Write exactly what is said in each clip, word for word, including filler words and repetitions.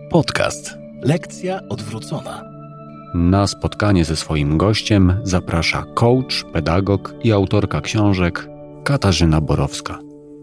Podcast Lekcja odwrócona. Na spotkanie ze swoim gościem zaprasza coach, pedagog i autorka książek Katarzyna Borowska.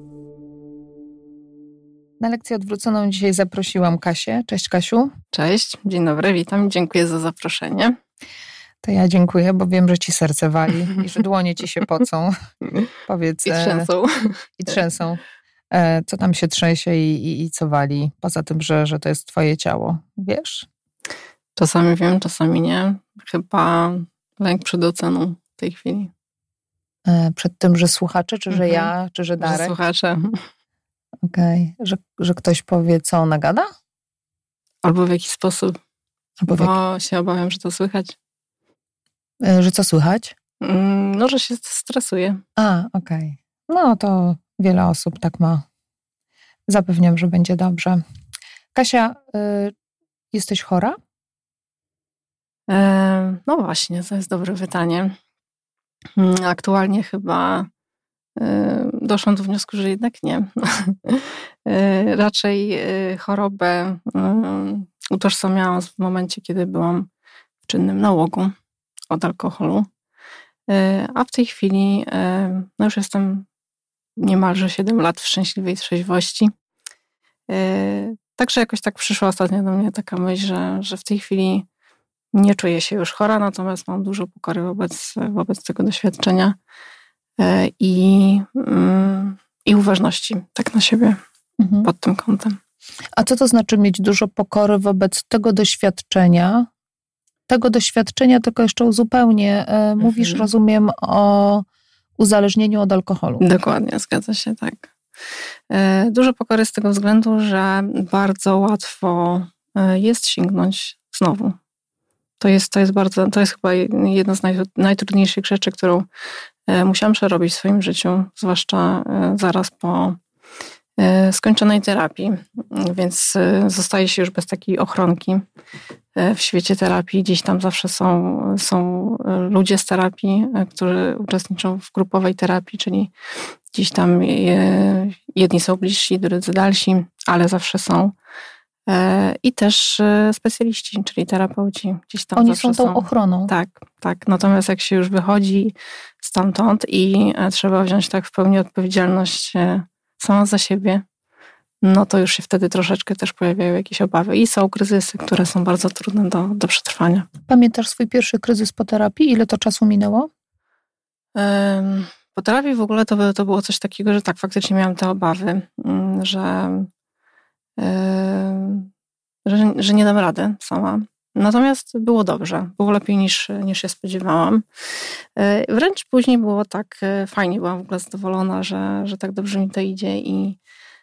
Na lekcję odwróconą dzisiaj zaprosiłam Kasię. Cześć, Kasiu. Cześć, dzień dobry, witam. Dziękuję za zaproszenie. To ja dziękuję, bo wiem, że ci serce wali i że dłonie ci się pocą. Powiedz. I trzęsą. I trzęsą. Co tam się trzęsie i, i, i co wali? Poza tym, że, że to jest twoje ciało. Wiesz? Czasami wiem, czasami nie. Chyba lęk przed oceną w tej chwili. Przed tym, że słuchacze, czy że mhm. ja, czy że Darek? Że słuchacze. Okej. Okay. Że, że ktoś powie, co ona gada? Albo w jaki sposób. Albo bo jaki... się obawiam, że to słychać. Że co słychać? No, że się stresuje. A, okej. Okay. No to wiele osób tak ma. Zapewniam, że będzie dobrze. Kasia, y, jesteś chora? E, no właśnie, to jest dobre pytanie. Aktualnie chyba y, doszłam do wniosku, że jednak nie. y, raczej y, chorobę y, utożsamiałam w momencie, kiedy byłam w czynnym nałogu od alkoholu. Y, a w tej chwili y, no już jestem niemalże siedem lat w szczęśliwej trzeźwości. Yy, także jakoś tak przyszła ostatnio do mnie taka myśl, że, że w tej chwili nie czuję się już chora, natomiast mam dużo pokory wobec, wobec tego doświadczenia yy, i, yy, i uważności tak na siebie mhm. pod tym kątem. A co to znaczy mieć dużo pokory wobec tego doświadczenia? Tego doświadczenia tylko jeszcze uzupełnię. Yy, mówisz, mhm. rozumiem, o uzależnieniu od alkoholu. Dokładnie, zgadza się, tak. Dużo pokory z tego względu, że bardzo łatwo jest sięgnąć znowu. To jest, to jest bardzo, to jest chyba jedna z naj, najtrudniejszych rzeczy, którą musiałam przerobić w swoim życiu, zwłaszcza zaraz po skończonej terapii, więc zostaje się już bez takiej ochronki w świecie terapii. Gdzieś tam zawsze są, są ludzie z terapii, którzy uczestniczą w grupowej terapii, czyli gdzieś tam jedni są bliżsi, drudzy dalsi, ale zawsze są. I też specjaliści, czyli terapeuci. Gdzieś tam Oni zawsze są tą są. ochroną. Tak, tak. Natomiast jak się już wychodzi stamtąd i trzeba wziąć tak w pełni odpowiedzialność sama za siebie, no to już się wtedy troszeczkę też pojawiają jakieś obawy i są kryzysy, które są bardzo trudne do, do przetrwania. Pamiętasz swój pierwszy kryzys po terapii? Ile to czasu minęło? Um, po terapii w ogóle to, to było coś takiego, że tak, faktycznie miałam te obawy, że, um, że, że nie dam rady sama. Natomiast było dobrze, było lepiej niż, niż się spodziewałam. Wręcz później było tak fajnie, byłam w ogóle zadowolona, że, że tak dobrze mi to idzie i,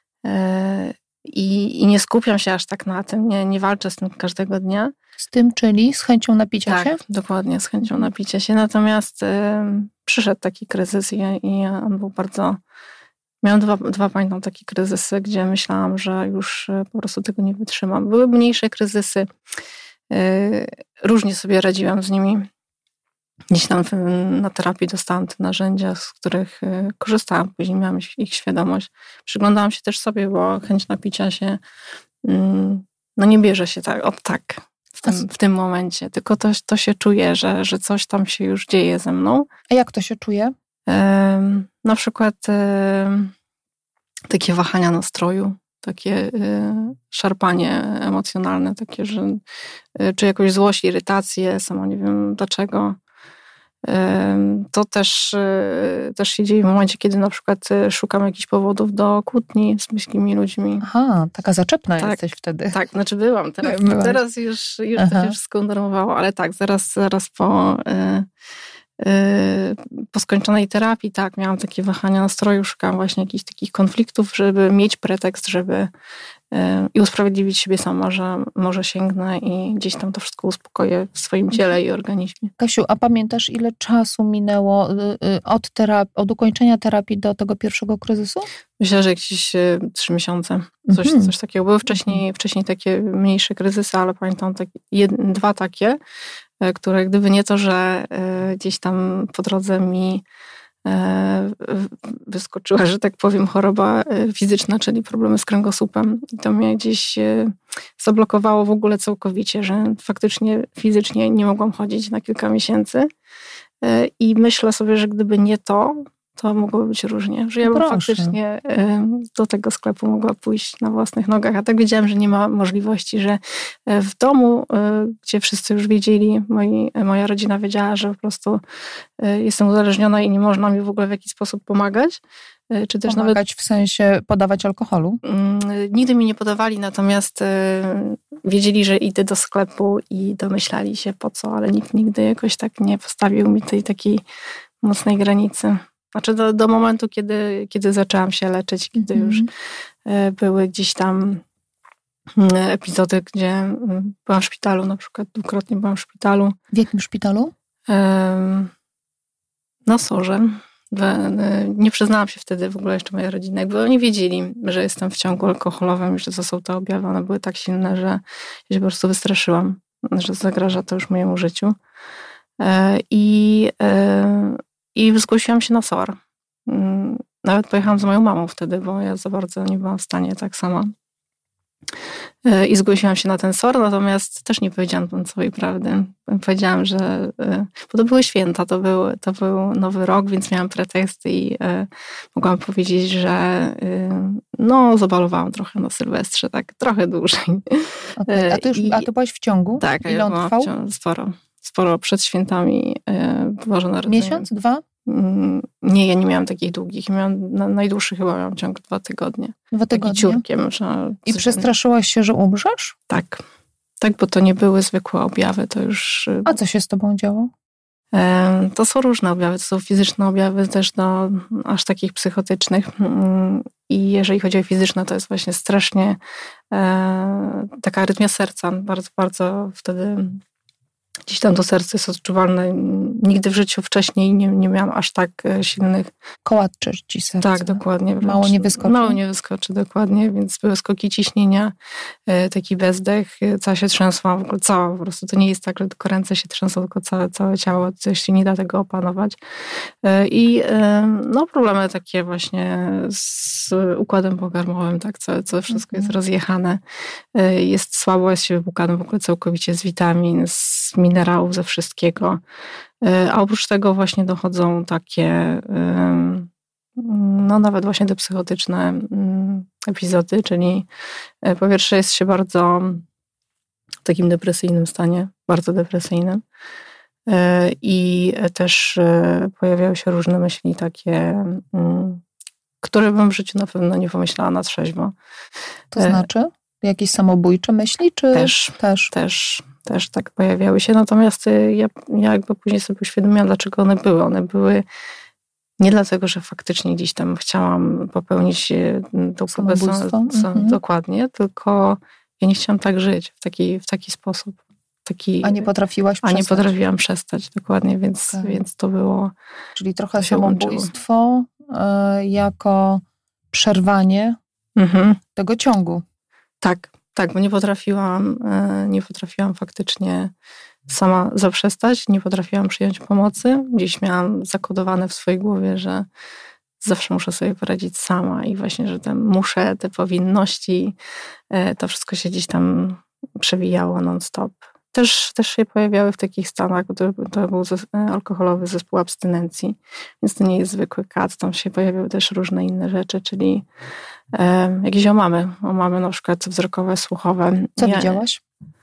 i, i nie skupiam się aż tak na tym, nie, nie walczę z tym każdego dnia. Z tym, czyli z chęcią napicia tak, się? Tak, dokładnie, z chęcią napicia się. Natomiast y, przyszedł taki kryzys i, i on był bardzo... Miałam dwa, dwa, pamiętam, takie kryzysy, gdzie myślałam, że już po prostu tego nie wytrzymam. Były mniejsze kryzysy, różnie sobie radziłam z nimi. Gdzieś tam na terapii dostałam te narzędzia, z których korzystałam. Później miałam ich świadomość. Przyglądałam się też sobie, bo chęć napicia się no nie bierze się tak, od tak w tym, w tym momencie. Tylko to, to się czuje, że, że coś tam się już dzieje ze mną. A jak to się czuje? Na przykład takie wahania nastroju. Takie y, szarpanie emocjonalne, takie, że y, czy jakąś złość, irytację, sama nie wiem dlaczego. Y, to też, y, też się dzieje w momencie, kiedy na przykład y, szukam jakichś powodów do kłótni z bliskimi ludźmi. Aha, taka zaczepna tak, jesteś wtedy. Tak, znaczy byłam. Teraz, teraz już, już to się wszystko unormowało, ale tak, zaraz, zaraz po... Y, po skończonej terapii, tak, miałam takie wahania nastroju, szukałam właśnie jakichś takich konfliktów, żeby mieć pretekst, żeby i usprawiedliwić siebie sama, że może sięgnę i gdzieś tam to wszystko uspokoję w swoim ciele i organizmie. Kasiu, a pamiętasz, ile czasu minęło od, terapii, od ukończenia terapii do tego pierwszego kryzysu? Myślę, że jakieś trzy miesiące. Coś, mm-hmm. coś takiego. Były wcześniej, mm-hmm. wcześniej takie mniejsze kryzysy, ale pamiętam tak, jed, dwa takie, które gdyby nie to, że gdzieś tam po drodze mi wyskoczyła, że tak powiem, choroba fizyczna, czyli problemy z kręgosłupem. I to mnie gdzieś zablokowało w ogóle całkowicie, że faktycznie fizycznie nie mogłam chodzić na kilka miesięcy. I myślę sobie, że gdyby nie to, to mogłoby być różnie. Że ja bym Proszę. faktycznie do tego sklepu mogła pójść na własnych nogach. A tak wiedziałam, że nie ma możliwości, że w domu, gdzie wszyscy już wiedzieli, moi, moja rodzina wiedziała, że po prostu jestem uzależniona i nie można mi w ogóle w jakiś sposób pomagać. Czy też Pomagać nawet w sensie podawać alkoholu? Nigdy mi nie podawali, natomiast wiedzieli, że idę do sklepu i domyślali się po co, ale nikt nigdy jakoś tak nie postawił mi tej takiej mocnej granicy. Znaczy do, do momentu, kiedy, kiedy zaczęłam się leczyć, kiedy mm. już były gdzieś tam epizody, gdzie byłam w szpitalu, na przykład dwukrotnie byłam w szpitalu. W jakim szpitalu? Na Sorze. Nie przyznałam się wtedy w ogóle jeszcze mojej rodzinie, jakby oni wiedzieli, że jestem w ciągu alkoholowym i że to są te objawy. One były tak silne, że ja się po prostu wystraszyłam, że zagraża to już mojemu życiu. I, i zgłosiłam się na S O R. Nawet pojechałam z moją mamą wtedy, bo ja za bardzo nie byłam w stanie tak sama. I zgłosiłam się na ten S O R, natomiast też nie powiedziałam tam całej prawdy. Powiedziałam, że... Bo to były święta, to był, to był nowy rok, więc miałam pretekst i e, mogłam powiedzieć, że e, no zabalowałam trochę na Sylwestrze, tak trochę dłużej. Okay. A, ty już, I, a ty byłaś w ciągu? Tak, Ile ja on byłam trwał? w ciągu, sporo. Sporo przed świętami e, Boże Narodzenie. Miesiąc, dwa? Nie, ja nie miałam takich długich. Miałam, na, najdłuższy chyba miałam ciąg dwa tygodnie. Dwa tygodnie? Ciurkiem, że... I przestraszyłaś się, że umrzesz? Tak. Tak, bo to nie były zwykłe objawy, to już... A co się z tobą działo? E, to są różne objawy, to są fizyczne objawy też do aż takich psychotycznych. I jeżeli chodzi o fizyczne, to jest właśnie strasznie e, taka arytmia serca. Bardzo, bardzo wtedy... Gdzieś tam to serce jest odczuwalne. Nigdy w życiu wcześniej nie, nie miałam aż tak silnych... Kołaczy ci serce. Tak, dokładnie. Wręcz. Mało nie wyskoczy? Mało nie wyskoczy, dokładnie. Więc były skoki ciśnienia, taki bezdech, cała się trzęsła, w ogóle cała po prostu. To nie jest tak, że tylko ręce się trzęsą, tylko całe, całe ciało. Coś się nie da tego opanować. I no problemy takie właśnie z układem pokarmowym, tak, co, co wszystko mhm. jest rozjechane. Jest słabo, jest się wypłukane w ogóle całkowicie z witamin, z minerałów, ze wszystkiego. A oprócz tego właśnie dochodzą takie, no nawet właśnie te psychotyczne epizody, czyli po pierwsze jest się bardzo w takim depresyjnym stanie, bardzo depresyjnym. I też pojawiają się różne myśli takie, które bym w życiu na pewno nie pomyślała na trzeźwo. To znaczy? Jakieś samobójcze myśli? Czy też, też? Też, też tak pojawiały się. Natomiast ja, ja jakby później sobie uświadomiłam, dlaczego one były. One były nie dlatego, że faktycznie gdzieś tam chciałam popełnić tą samobójstwo. Mhm. Dokładnie, tylko ja nie chciałam tak żyć w taki, w taki sposób. Taki, a nie potrafiłaś a przestać? A nie potrafiłam przestać, dokładnie, więc, okay. więc to było... Czyli trochę samobójstwo y, jako przerwanie mhm. tego ciągu. Tak, tak, bo nie potrafiłam, nie potrafiłam faktycznie sama zaprzestać, nie potrafiłam przyjąć pomocy. Gdzieś miałam zakodowane w swojej głowie, że zawsze muszę sobie poradzić sama i właśnie, że te muszę, te powinności, to wszystko się gdzieś tam przewijało non-stop. Też, też się pojawiały w takich stanach, bo to, to był alkoholowy zespół abstynencji, więc to nie jest zwykły kat, tam się pojawiały też różne inne rzeczy, czyli e, jakieś omamy, omamy na przykład wzrokowe, słuchowe. Co ja, widziałaś?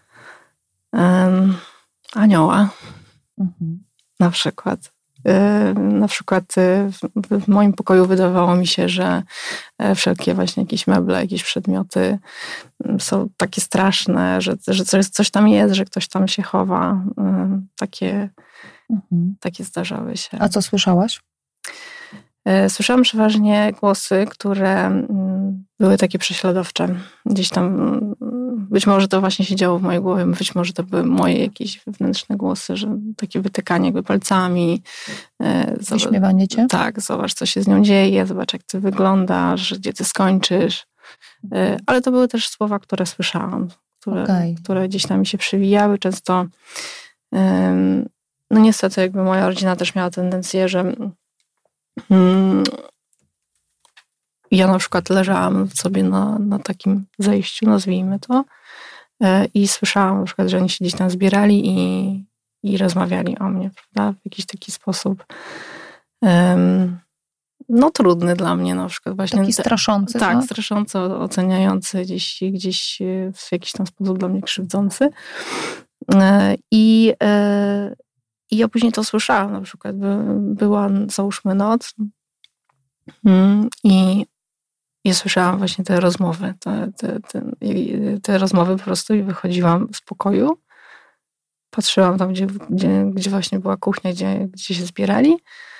E, anioła, mhm. na przykład. Na przykład w moim pokoju wydawało mi się, że wszelkie właśnie jakieś meble, jakieś przedmioty są takie straszne, że, że coś, coś tam jest, że ktoś tam się chowa. Takie, mhm. takie zdarzały się. A co słyszałaś? Słyszałam przeważnie głosy, które były takie prześladowcze. Gdzieś tam, być może to właśnie się działo w mojej głowie, być może to były moje jakieś wewnętrzne głosy, że takie wytykanie jakby palcami. Wyśmiewanie cię? Tak, zobacz, co się z nią dzieje, zobacz, jak ty wyglądasz, gdzie ty skończysz. Ale to były też słowa, które słyszałam, które, okay. które gdzieś tam mi się przewijały. Często, no niestety jakby moja rodzina też miała tendencję, że Ja na przykład leżałam sobie na, na takim zejściu, nazwijmy to, i słyszałam na przykład, że oni się gdzieś tam zbierali i, i rozmawiali o mnie, prawda? W jakiś taki sposób um, no trudny dla mnie na przykład. Właśnie taki straszący, Tak, tak? straszący, oceniający, gdzieś, gdzieś w jakiś tam sposób dla mnie krzywdzący. I, i ja później to słyszałam na przykład. Była, załóżmy, noc i ja słyszałam właśnie te rozmowy, te, te, te, te rozmowy po prostu i wychodziłam z pokoju. Patrzyłam tam, gdzie, gdzie, gdzie właśnie była kuchnia, gdzie, gdzie się zbierali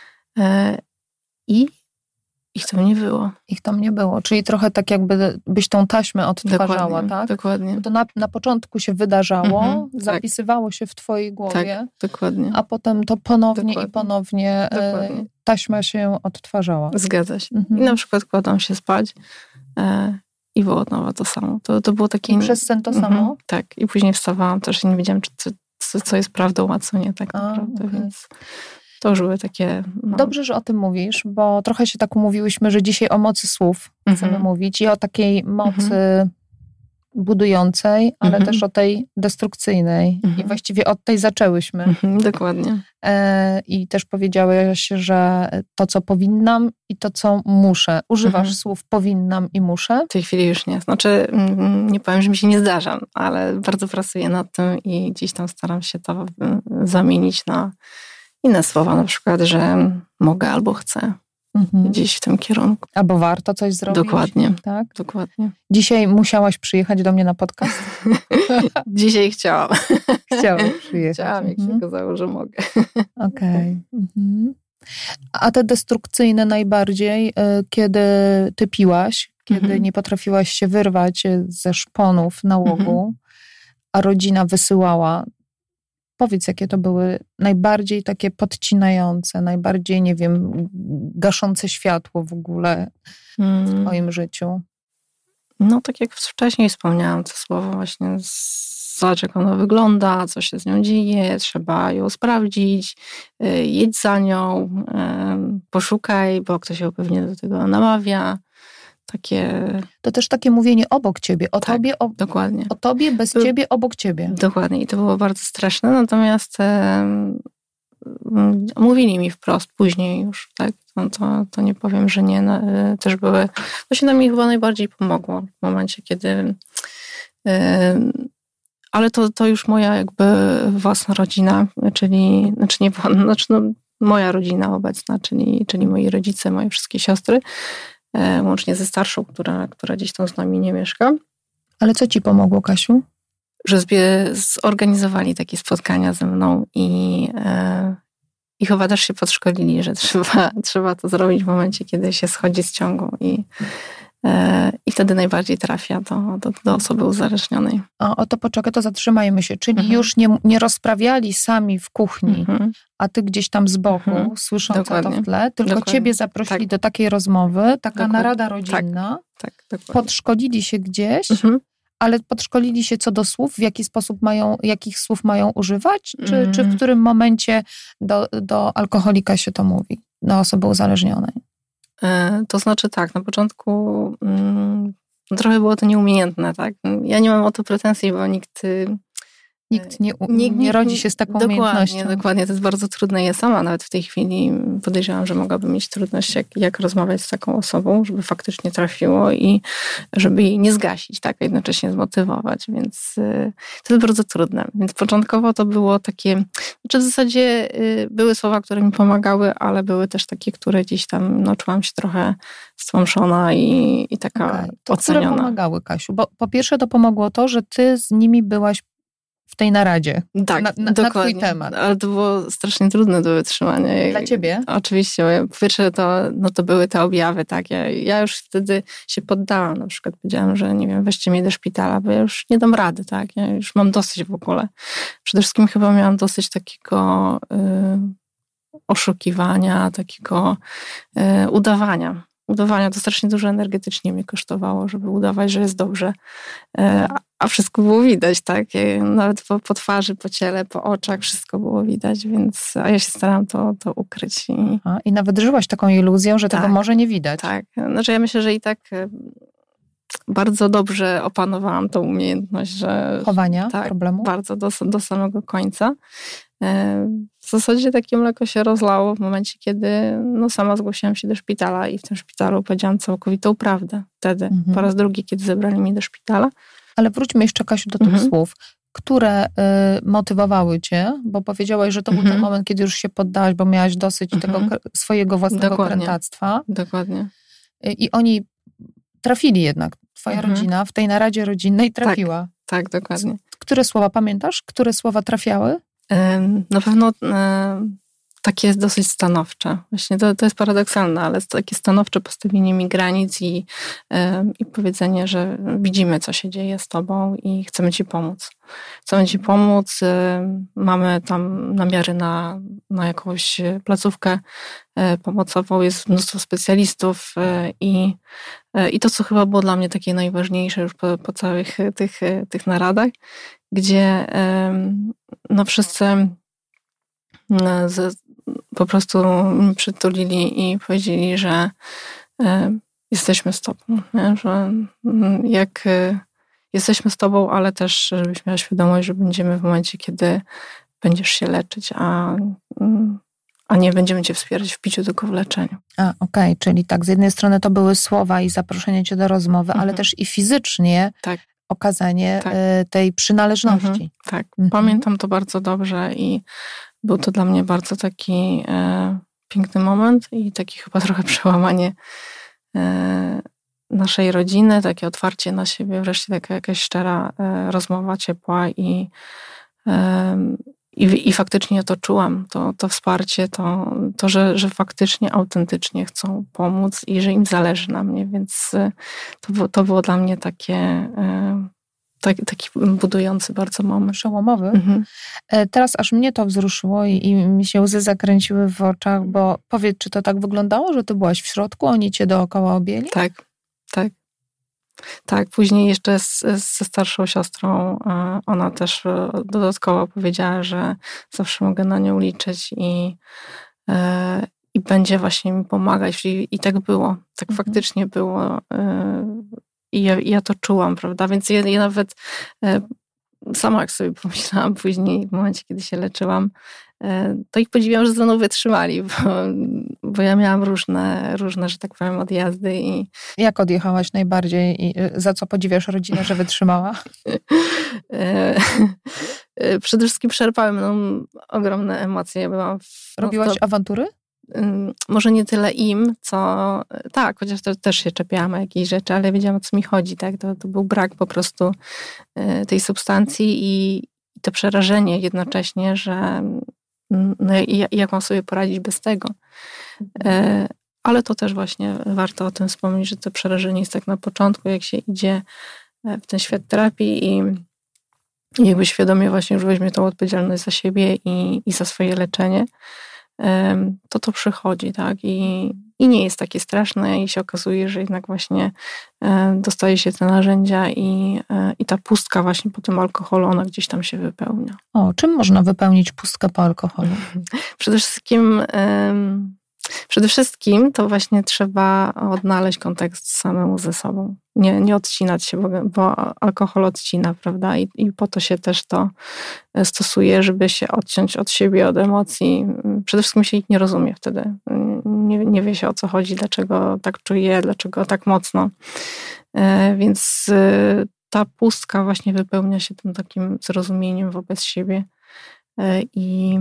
i ich tam nie było. Ich tam nie było, czyli trochę tak jakby byś tą taśmę odtwarzała, dokładnie, tak? Dokładnie. Bo to na, na początku się wydarzało, mhm, zapisywało tak. się w twojej głowie, tak, dokładnie. A potem to ponownie dokładnie. i ponownie dokładnie. taśma się odtwarzała. Zgadza się. Mhm. I na przykład kładłam się spać e, i było od nowa to samo. To, to było takie... I przez sen to mhm, samo? Tak. I później wstawałam też i nie wiedziałam, czy, co, co jest prawdą, a co nie tak a, naprawdę, okay. więc... To już były takie... No. Dobrze, że o tym mówisz, bo trochę się tak umówiłyśmy, że dzisiaj o mocy słów mm-hmm. chcemy mówić i o takiej mocy mm-hmm. budującej, ale mm-hmm. też o tej destrukcyjnej. Mm-hmm. I właściwie od tej zaczęłyśmy. Mm-hmm, dokładnie. E, I też powiedziałeś, że to, co powinnam i to, co muszę. Używasz mm-hmm. słów powinnam i muszę? W tej chwili już nie. Znaczy, nie powiem, że mi się nie zdarza, ale bardzo pracuję nad tym i gdzieś tam staram się to zamienić na inne słowa, na przykład, że mogę albo chcę. Mhm. Gdzieś w tym kierunku. Albo warto coś zrobić. Dokładnie. Tak? Dokładnie. Dzisiaj musiałaś przyjechać do mnie na podcast? Dzisiaj chciałam. Chciałam przyjechać. Chciałam, jak mhm. się okazało, że mogę. Okej. Okay. Mhm. A te destrukcyjne najbardziej, kiedy ty piłaś, kiedy mhm. nie potrafiłaś się wyrwać ze szponów nałogu, mhm. a rodzina wysyłała. Powiedz, jakie to były najbardziej takie podcinające, najbardziej, nie wiem, gaszące światło w ogóle w twoim życiu? No, tak jak wcześniej wspomniałam, to słowo właśnie zobacz, jak ona wygląda, co się z nią dzieje, trzeba ją sprawdzić, jedź za nią, poszukaj, bo ktoś ją pewnie do tego namawia. Takie... To też takie mówienie obok ciebie, o tak, tobie, o, dokładnie. o tobie, bez By... ciebie, obok ciebie. Dokładnie i to było bardzo straszne, natomiast e, mówili mi wprost później już, tak, to, to, to nie powiem, że nie, no, e, też były, to się nam mi chyba najbardziej pomogło w momencie, kiedy e, ale to, to już moja jakby własna rodzina, czyli, znaczy nie, znaczy no, moja rodzina obecna, czyli, czyli moi rodzice, moje wszystkie siostry, łącznie ze starszą, która, która gdzieś tam z nami nie mieszka. Ale co ci pomogło, Kasiu? Że zbie, zorganizowali takie spotkania ze mną i, e, i chyba też się podszkolili, że trzeba, trzeba to zrobić w momencie, kiedy się schodzi z ciągu i, e, i wtedy najbardziej trafia do, do, do osoby uzależnionej. O, o to poczekaj, to zatrzymajmy się. Czyli mhm. już nie, nie rozprawiali sami w kuchni, mhm. a ty gdzieś tam z boku, mhm. słysząc to w tle, tylko dokładnie. Ciebie zaprosili tak. do takiej rozmowy, taka dokładnie. Narada rodzinna, tak. Tak, podszkolili się gdzieś, mhm. ale podszkolili się co do słów, w jaki sposób mają, jakich słów mają używać, czy, mhm. czy w którym momencie do, do alkoholika się to mówi, do osoby uzależnionej? E, to znaczy tak, na początku mm, trochę było to nieumiejętne, tak? Ja nie mam o to pretensji, bo nikt... Nikt nie, nikt nie rodzi się z taką dokładnie, umiejętnością. Dokładnie, to jest bardzo trudne. Ja sama nawet w tej chwili podejrzewam, że mogłabym mieć trudność, jak, jak rozmawiać z taką osobą, żeby faktycznie trafiło i żeby jej nie zgasić, tak, a jednocześnie zmotywować, więc y, to jest bardzo trudne. Więc początkowo to było takie, znaczy w zasadzie y, były słowa, które mi pomagały, ale były też takie, które gdzieś tam, no, czułam się trochę stłamszona i, i taka okay. To oceniona. Które pomagały, Kasiu? Bo po pierwsze to pomogło to, że ty z nimi byłaś w tej naradzie. Tak, na, na, dokładnie. Na twój temat. Ale to było strasznie trudne do wytrzymania. Dla ciebie? Oczywiście. Po pierwsze to, no to były te objawy, tak. Ja, ja już wtedy się poddałam. Na przykład powiedziałam, że nie wiem, weźcie mnie do szpitala, bo ja już nie dam rady, tak. Ja już mam dosyć w ogóle. Przede wszystkim chyba miałam dosyć takiego y, oszukiwania, takiego y, udawania. udawania. To strasznie dużo energetycznie mnie kosztowało, żeby udawać, że jest dobrze. A, a wszystko było widać, tak? Nawet po, po twarzy, po ciele, po oczach wszystko było widać, więc a ja się staram to, to ukryć. I, a, I nawet żyłaś taką iluzją, że tak, tego może nie widać. Tak. Znaczy ja myślę, że i tak bardzo dobrze opanowałam tą umiejętność, że... Chowania tak, problemu? bardzo, do, do samego końca. W zasadzie takie mleko się rozlało w momencie, kiedy no, sama zgłosiłam się do szpitala i w tym szpitalu powiedziałam całkowitą prawdę. Wtedy, mhm. po raz drugi, kiedy zabrali mnie do szpitala. Ale wróćmy jeszcze, Kasiu, do tych mhm. słów, które y, motywowały cię, bo powiedziałaś, że to mhm. był ten moment, kiedy już się poddałaś, bo miałaś dosyć mhm. tego swojego własnego Dokładnie. krętactwa. Dokładnie. I, I oni trafili jednak, twoja mhm. rodzina w tej naradzie rodzinnej trafiła. Tak, tak, dokładnie. Które słowa pamiętasz? Które słowa trafiały? Na pewno takie dosyć stanowcze. Właśnie to, to jest paradoksalne, ale takie stanowcze postawienie mi granic i, i powiedzenie, że widzimy, co się dzieje z tobą i chcemy ci pomóc. Chcemy ci pomóc. Mamy tam namiary na, na jakąś placówkę pomocową. Jest mnóstwo specjalistów i, i to, co chyba było dla mnie takie najważniejsze już po, po całych tych, tych naradach, gdzie no wszyscy z, po prostu mi przytulili i powiedzieli, że jesteśmy z tobą, nie? Że jak jesteśmy z tobą, ale też żebyś miała świadomość, że będziemy w momencie, kiedy będziesz się leczyć, a, a nie będziemy cię wspierać w piciu, tylko w leczeniu. A, okej, okay. Czyli tak, z jednej strony to były słowa i zaproszenie cię do rozmowy, mhm. ale też i fizycznie tak. okazanie tak. tej przynależności. Mhm. Tak, mhm. pamiętam to bardzo dobrze i był to dla mnie bardzo taki e, piękny moment i taki chyba trochę przełamanie e, naszej rodziny, takie otwarcie na siebie, wreszcie taka jakaś szczera e, rozmowa ciepła i, e, i, i faktycznie to czułam, to, to wsparcie, to, to że, że faktycznie, autentycznie chcą pomóc i że im zależy na mnie, więc to, to było dla mnie takie... E, Taki, taki budujący bardzo moment. Przełomowy. Mhm. Teraz aż mnie to wzruszyło i, i mi się łzy zakręciły w oczach, bo powiedz, czy to tak wyglądało, że ty byłaś w środku, oni cię dookoła objęli? Tak, tak. Tak, później jeszcze z, ze starszą siostrą ona też dodatkowo powiedziała, że zawsze mogę na nią liczyć i, i będzie właśnie mi pomagać. I, i tak było. Tak mhm. faktycznie było. I ja, ja to czułam, prawda? Więc ja, ja nawet e, sama jak sobie pomyślałam później, w momencie, kiedy się leczyłam, e, to ich podziwiam, że ze mną wytrzymali, bo, bo ja miałam różne, różne, że tak powiem, odjazdy. I... Jak odjechałaś najbardziej i za co podziwiasz rodzinę, że wytrzymała? e, e, przede wszystkim czerpały mną ogromne emocje. Ja byłam w, Robiłaś no, to... awantury? Może nie tyle im, co tak, chociaż to też się czepiałam o jakiejś rzeczy, ale wiedziałam, o co mi chodzi, tak? To, to był brak po prostu tej substancji i to przerażenie jednocześnie, że no, jak mam sobie poradzić bez tego. Ale to też właśnie warto o tym wspomnieć, że to przerażenie jest tak na początku, jak się idzie w ten świat terapii i jakby świadomie właśnie już weźmie tą odpowiedzialność za siebie i, i za swoje leczenie, to to przychodzi, tak? I, i nie jest takie straszne i się okazuje, że jednak właśnie dostaje się te narzędzia i, i ta pustka właśnie po tym alkoholu, ona gdzieś tam się wypełnia. O, czym można wypełnić pustkę po alkoholu? Przede wszystkim Przede wszystkim to właśnie trzeba odnaleźć kontakt samemu ze sobą. Nie, nie odcinać się, bo, bo alkohol odcina, prawda? I, I po to się też to stosuje, żeby się odciąć od siebie, od emocji. Przede wszystkim się ich nie rozumie wtedy. Nie, nie wie się, o co chodzi, dlaczego tak czuje, dlaczego tak mocno. Więc ta pustka właśnie wypełnia się tym takim zrozumieniem wobec siebie i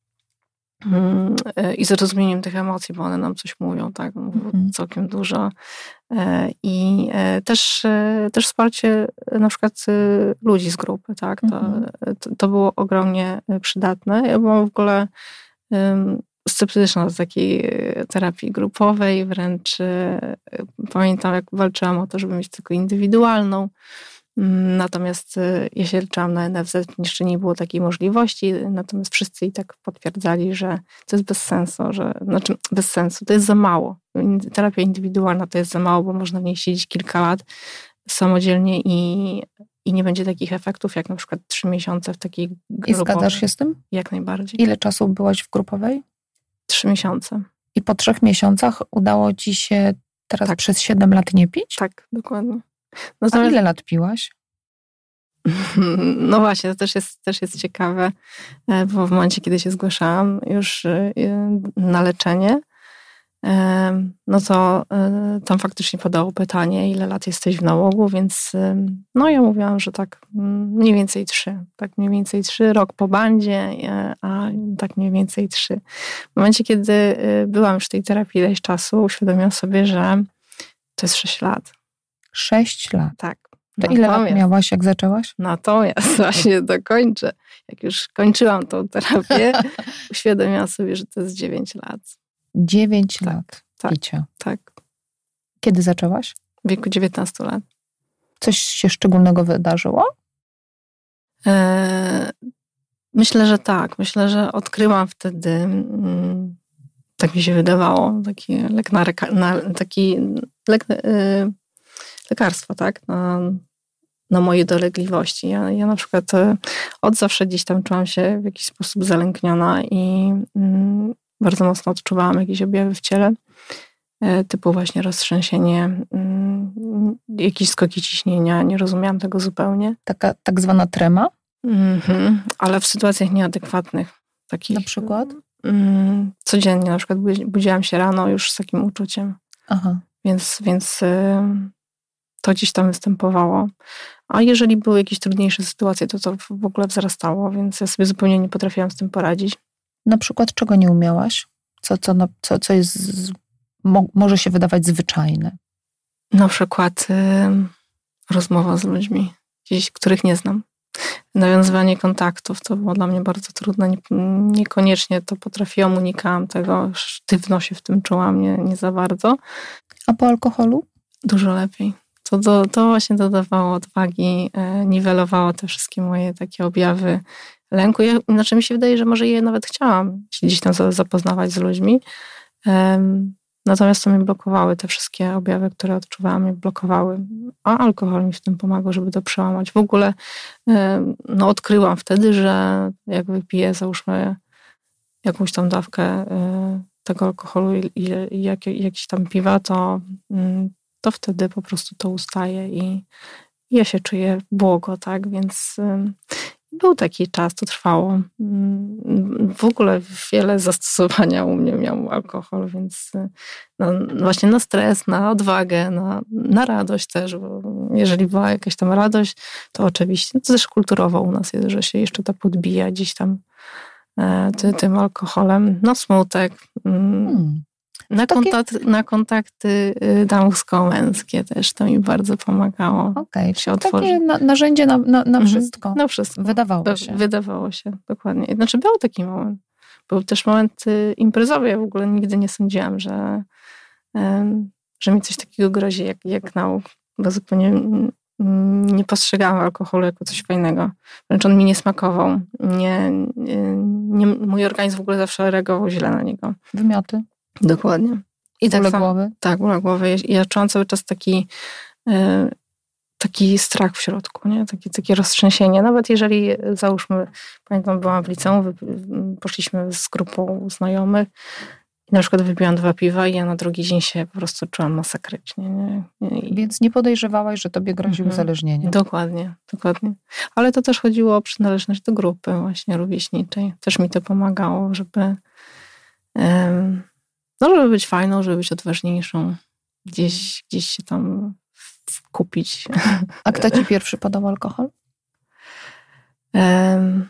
i zrozumieniem tych emocji, bo one nam coś mówią, tak, mówią mm. całkiem dużo. I też, też wsparcie na przykład ludzi z grupy, tak, to, mm. to było ogromnie przydatne. Ja byłam w ogóle sceptyczna do takiej terapii grupowej, wręcz pamiętam, jak walczyłam o to, żeby mieć tylko indywidualną. Natomiast ja się leczyłam na N F Z, jeszcze nie było takiej możliwości, natomiast wszyscy i tak potwierdzali, że to jest bez sensu, że, znaczy bez sensu, to jest za mało. Terapia indywidualna to jest za mało, bo można w niej siedzieć kilka lat samodzielnie i, i nie będzie takich efektów, jak na przykład trzy miesiące w takiej grupowej. I zgadzasz się z tym? Jak najbardziej. Ile czasu byłaś w grupowej? Trzy miesiące. I po trzech miesiącach udało ci się teraz tak. przez siedem lat nie pić? Tak, dokładnie. Natomiast... A ile lat piłaś? No właśnie, to też jest, też jest ciekawe, bo w momencie, kiedy się zgłaszałam już na leczenie, no to tam faktycznie padało pytanie, ile lat jesteś w nałogu, więc no ja mówiłam, że tak mniej więcej trzy. Tak mniej więcej trzy, rok po bandzie, a tak mniej więcej trzy. W momencie, kiedy byłam już w tej terapii ileś czasu, uświadomiłam sobie, że to jest sześć lat. Sześć lat? Tak. To ile lat miałaś, jak zaczęłaś? Natomiast właśnie dokończę. Jak już kończyłam tą terapię, uświadomiłam sobie, że to jest dziewięć lat. Dziewięć tak, lat tak, picia. Tak. Kiedy zaczęłaś? W wieku dziewiętnastu lat. Coś się szczególnego wydarzyło? Eee, myślę, że tak. Myślę, że odkryłam wtedy, mm, tak mi się wydawało, taki lek na, reka, na taki lek, yy, lekarstwo, tak? Na, na moje dolegliwości. Ja, ja na przykład od zawsze gdzieś tam czułam się w jakiś sposób zalękniona i mm, bardzo mocno odczuwałam jakieś objawy w ciele, typu właśnie roztrzęsienie, jakieś skoki ciśnienia. Nie rozumiałam tego zupełnie. Taka tak zwana trema? Mm-hmm. Ale w sytuacjach nieadekwatnych. Takich, na przykład? Mm, codziennie. Na przykład budziłam się rano już z takim uczuciem. Aha. Więc, więc to gdzieś tam występowało. A jeżeli były jakieś trudniejsze sytuacje, to to w ogóle wzrastało, więc ja sobie zupełnie nie potrafiłam z tym poradzić. Na przykład czego nie umiałaś? Co, co, co, co jest, mo, może się wydawać zwyczajne? Na przykład y, rozmowa z ludźmi, gdzieś, których nie znam. Nawiązywanie kontaktów to było dla mnie bardzo trudne. Nie, niekoniecznie to potrafiłam, unikałam tego. Sztywno się w tym czułam, nie, nie za bardzo. A po alkoholu? Dużo lepiej. To, do, to właśnie dodawało odwagi, e, niwelowało te wszystkie moje takie objawy lęku. Ja, znaczy mi się wydaje, że może je nawet chciałam się gdzieś tam zapoznawać z ludźmi. Um, natomiast to mi blokowały te wszystkie objawy, które odczuwałam, mnie blokowały. A alkohol mi w tym pomagał, żeby to przełamać. W ogóle um, no, odkryłam wtedy, że jak wypiję, załóżmy jakąś tam dawkę y, tego alkoholu i, i, i jak, jakieś tam piwa, to y, to wtedy po prostu to ustaje i ja się czuję błogo, tak, więc y, był taki czas, to trwało. Y, w ogóle wiele zastosowania u mnie miał alkohol, więc y, no, właśnie na stres, na odwagę, na, na radość też, bo jeżeli była jakaś tam radość, to oczywiście, to też kulturowo u nas jest, że się jeszcze to podbija gdzieś tam y, ty, tym alkoholem. No smutek, y, hmm. Na, takie... kontakt, na kontakty damsko-męskie też to mi bardzo pomagało. Okej, się otworzyć. Takie na, narzędzie na, na, na wszystko. Na wszystko. Wydawało Do, się. Wydawało się, dokładnie. Znaczy był taki moment. Był też moment imprezowy. Ja w ogóle nigdy nie sądziłam, że, um, że mi coś takiego grozi jak, jak nauk. Bo zupełnie nie postrzegałam alkoholu jako coś fajnego. Wręcz on mi nie smakował. Nie, nie, mój organizm w ogóle zawsze reagował źle na niego. Wymioty. Dokładnie. I tak ból sam, głowy? Tak, ból głowy. Ja, ja czułam cały czas taki, y, taki strach w środku, nie? Takie, takie roztrzęsienie. Nawet jeżeli, załóżmy, pamiętam, byłam w liceum, poszliśmy z grupą znajomych i na przykład wypiłam dwa piwa i ja na drugi dzień się po prostu czułam masakrycznie. Nie? I... Więc nie podejrzewałaś, że tobie grozi mhm. uzależnienie. Dokładnie, dokładnie. Ale to też chodziło o przynależność do grupy właśnie rówieśniczej. Też mi to pomagało, żeby... Um, No, żeby być fajną, żeby być odważniejszą. Gdzieś, gdzieś się tam kupić. A kto ci pierwszy podał alkohol? Um,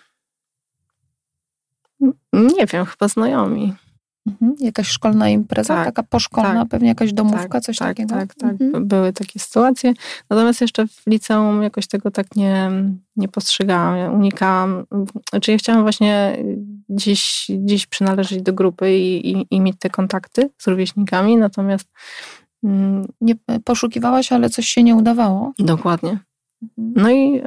nie wiem, chyba znajomi. Mhm. Jakaś szkolna impreza? Tak, taka poszkolna, tak, pewnie jakaś domówka, tak, coś tak, takiego? Tak, tak, mhm. były takie sytuacje. Natomiast jeszcze w liceum jakoś tego tak nie, nie postrzegałam, ja unikałam. Znaczy ja chciałam właśnie gdzieś, gdzieś przynależeć do grupy i, i, i mieć te kontakty z rówieśnikami, natomiast nie poszukiwałaś, ale coś się nie udawało? Dokładnie. No i,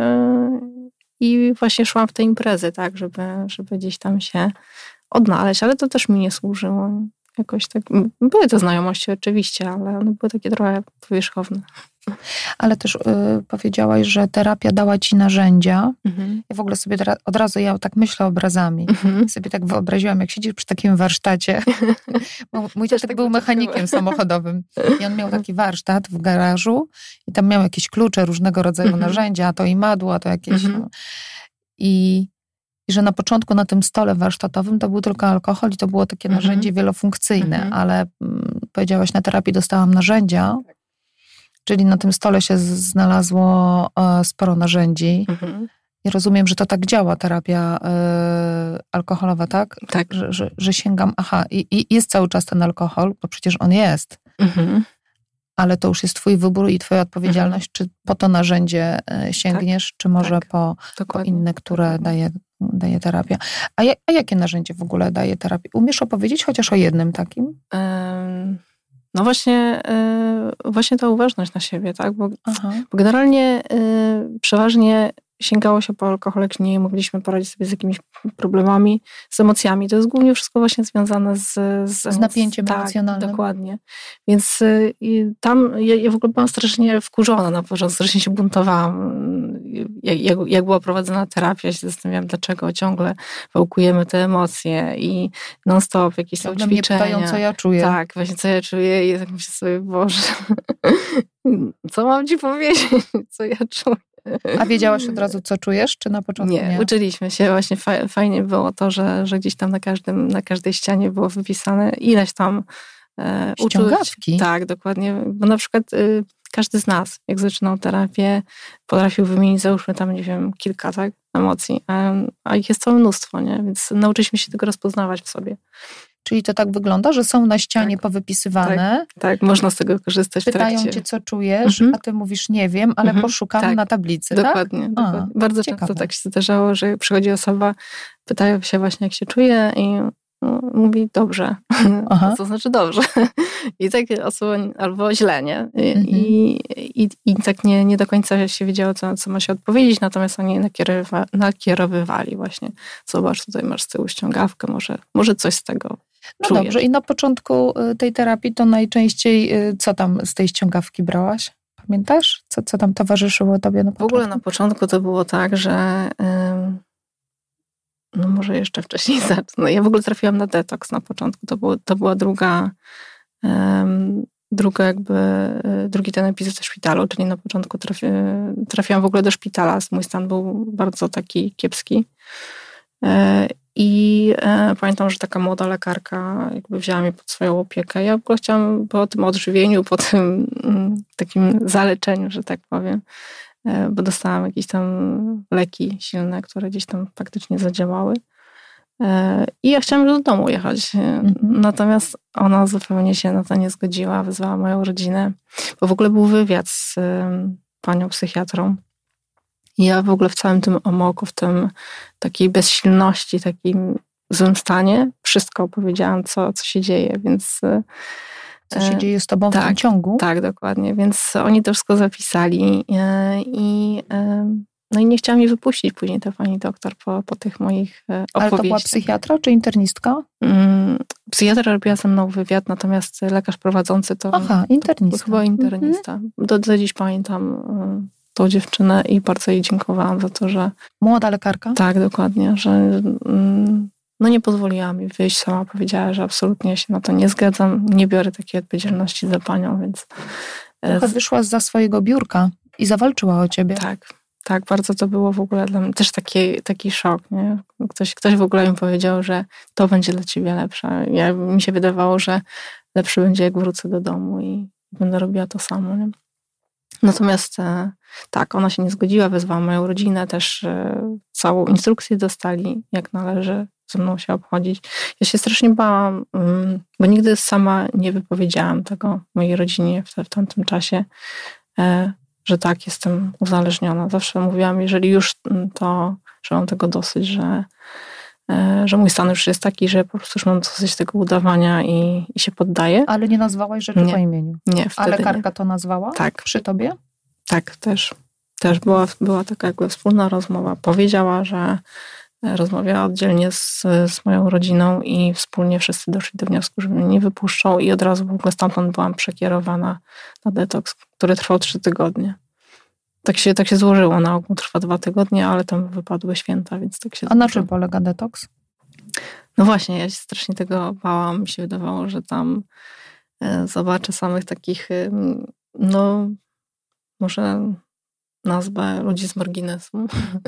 i właśnie szłam w te imprezy, tak, żeby, żeby gdzieś tam się odnaleźć, ale to też mi nie służyło. Jakoś tak, były to znajomości oczywiście, ale one były takie trochę powierzchowne. Ale też y, powiedziałaś, że terapia dała ci narzędzia. Mhm. Ja w ogóle sobie tra- od razu, ja tak myślę obrazami. Mhm. Sobie tak wyobraziłam, jak siedzisz przy takim warsztacie. Mój dziadek tak był mechanikiem samochodowym. I on miał taki warsztat w garażu i tam miał jakieś klucze, różnego rodzaju mhm. narzędzia, a to i madło, a to jakieś... Mhm. No. I, I że na początku na tym stole warsztatowym to był tylko alkohol i to było takie mhm. narzędzie wielofunkcyjne, mhm. ale mm, powiedziałaś, na terapii dostałam narzędzia, czyli na tym stole się z- znalazło e, sporo narzędzi. Mhm. I rozumiem, że to tak działa terapia e, alkoholowa, tak? Tak. Że, że, że sięgam, aha, i, i jest cały czas ten alkohol, bo przecież on jest, Mhm. ale to już jest twój wybór i twoja odpowiedzialność, czy po to narzędzie e, sięgniesz, czy może tak. po, po Dokładnie. inne, które Dokładnie. daje, daje terapia. A, ja, a jakie narzędzie w ogóle daje terapia? Umiesz opowiedzieć chociaż o jednym takim? Ym, No właśnie, y, właśnie ta uważność na siebie, tak? Bo, Aha. bo generalnie y, przeważnie sięgało się po alkohol, jak nie mogliśmy poradzić sobie z jakimiś problemami, z emocjami. To jest głównie wszystko właśnie związane z... Z, Z napięciem tak, emocjonalnym. Dokładnie. Więc y, i tam ja, ja w ogóle byłam strasznie wkurzona na początku, strasznie się buntowałam. Jak, jak, jak była prowadzona terapia, się zastanawiałam, dlaczego ciągle wałkujemy te emocje i non-stop jakieś tam Ciągle mnie ćwiczenia. pytają, co ja czuję. Tak, właśnie co ja czuję i tak myślę sobie, Boże, co mam ci powiedzieć, co ja czuję. A wiedziałaś od razu, co czujesz, czy na początku nie? Nie, uczyliśmy się. Właśnie fa- fajnie było to, że, że gdzieś tam na, każdym, na każdej ścianie było wypisane ileś tam e, uczuć. Ściągawki? Tak, dokładnie. Bo na przykład y, każdy z nas, jak zaczynał terapię, potrafił wymienić, załóżmy tam, nie wiem, kilka, tak, emocji. A, a ich jest całe mnóstwo, nie? Więc nauczyliśmy się tego rozpoznawać w sobie. Czyli to tak wygląda, że są na ścianie Tak. powypisywane, Tak, można z tego korzystać w pytają trakcie. cię, co czujesz, Mhm. a ty mówisz, nie wiem, ale Mhm. poszukam Tak. na tablicy, tak? Dokładnie. dokładnie. Bardzo ciekawe. często tak się zdarzało, że przychodzi osoba, pytają się właśnie, jak się czuje i no, mówi dobrze. Aha. Co znaczy dobrze? I tak osoba, albo źle, nie? I, Mhm. i, i, i tak nie, nie do końca się wiedziało, co, co ma się odpowiedzieć, natomiast oni nakierowa, nakierowywali właśnie. Zobacz, tutaj masz z tyłu ściągawkę, może, może coś z tego No czujesz. dobrze, i na początku y, tej terapii to najczęściej y, co tam z tej ściągawki brałaś? Pamiętasz? Co, co tam towarzyszyło tobie na W początku? ogóle na początku to było tak, że ym, no może jeszcze wcześniej zacznę. Ja w ogóle trafiłam na detoks na początku. To, było, to była druga, ym, druga jakby, y, drugi ten epizod w szpitalu, czyli na początku trafi, trafiłam w ogóle do szpitala. Mój stan był bardzo taki kiepski. Y, I e, pamiętam, że taka młoda lekarka jakby wzięła mnie pod swoją opiekę. Ja w ogóle chciałam po tym odżywieniu, po tym mm, takim zaleczeniu, że tak powiem, e, bo dostałam jakieś tam leki silne, które gdzieś tam faktycznie zadziałały. E, I ja chciałam już do domu jechać. Mhm. Natomiast ona zupełnie się na to nie zgodziła, wezwała moją rodzinę, bo w ogóle był wywiad z e, panią psychiatrą. I ja w ogóle w całym tym amoku, w tym takiej bezsilności, takim złym stanie, wszystko opowiedziałam, co, co się dzieje, więc... Co się dzieje z tobą tak, w tym ciągu? Tak, dokładnie. Więc oni to wszystko zapisali i, no i nie chciała mnie wypuścić później ta pani doktor po, po tych moich opowieściach. Ale to była psychiatra czy internistka? Psychiatra robiła ze mną wywiad, natomiast lekarz prowadzący to... Aha, internistka. To chyba internista. Mhm. Do, do dziś pamiętam tą dziewczynę i bardzo jej dziękowałam za to, że... Młoda lekarka? Tak, dokładnie, że mm, no nie pozwoliła mi wyjść sama. Powiedziała, że absolutnie się na to nie zgadzam. Nie biorę takiej odpowiedzialności za panią, więc... Trochę wyszła zza swojego biurka i zawalczyła o ciebie. Tak, tak, bardzo to było w ogóle dla mnie też taki, taki szok, nie? Ktoś, ktoś w ogóle mi powiedział, że to będzie dla ciebie lepsze. Ja, mi się wydawało, że lepszy będzie, jak wrócę do domu i będę robiła to samo, nie? Natomiast e, tak, ona się nie zgodziła, wezwała moją rodzinę, też e, całą instrukcję dostali, jak należy ze mną się obchodzić. Ja się strasznie bałam, mm, bo nigdy sama nie wypowiedziałam tego mojej rodzinie w, w tamtym czasie, e, że tak, jestem uzależniona. Zawsze mówiłam, jeżeli już to, że mam tego dosyć, że, e, że mój stan już jest taki, że po prostu już mam dosyć tego udawania i, i się poddaję. Ale nie nazwałaś rzeczy nie. po imieniu? Nie, wtedy A lekarka nie. to nazwała? Tak. Przy tobie? Tak, też. Też była, była taka jakby wspólna rozmowa. Powiedziała, że rozmawiała oddzielnie z, z moją rodziną i wspólnie wszyscy doszli do wniosku, że mnie nie wypuszczą i od razu w ogóle stamtąd byłam przekierowana na detoks, który trwał trzy tygodnie. Tak się, tak się złożyło. Na ogół trwa dwa tygodnie, ale tam wypadły święta, więc tak się A na czym polega detoks? No właśnie, ja się strasznie tego bałam. Mi się wydawało, że tam e, zobaczę samych takich, e, no może nazwę ludzi z marginesu.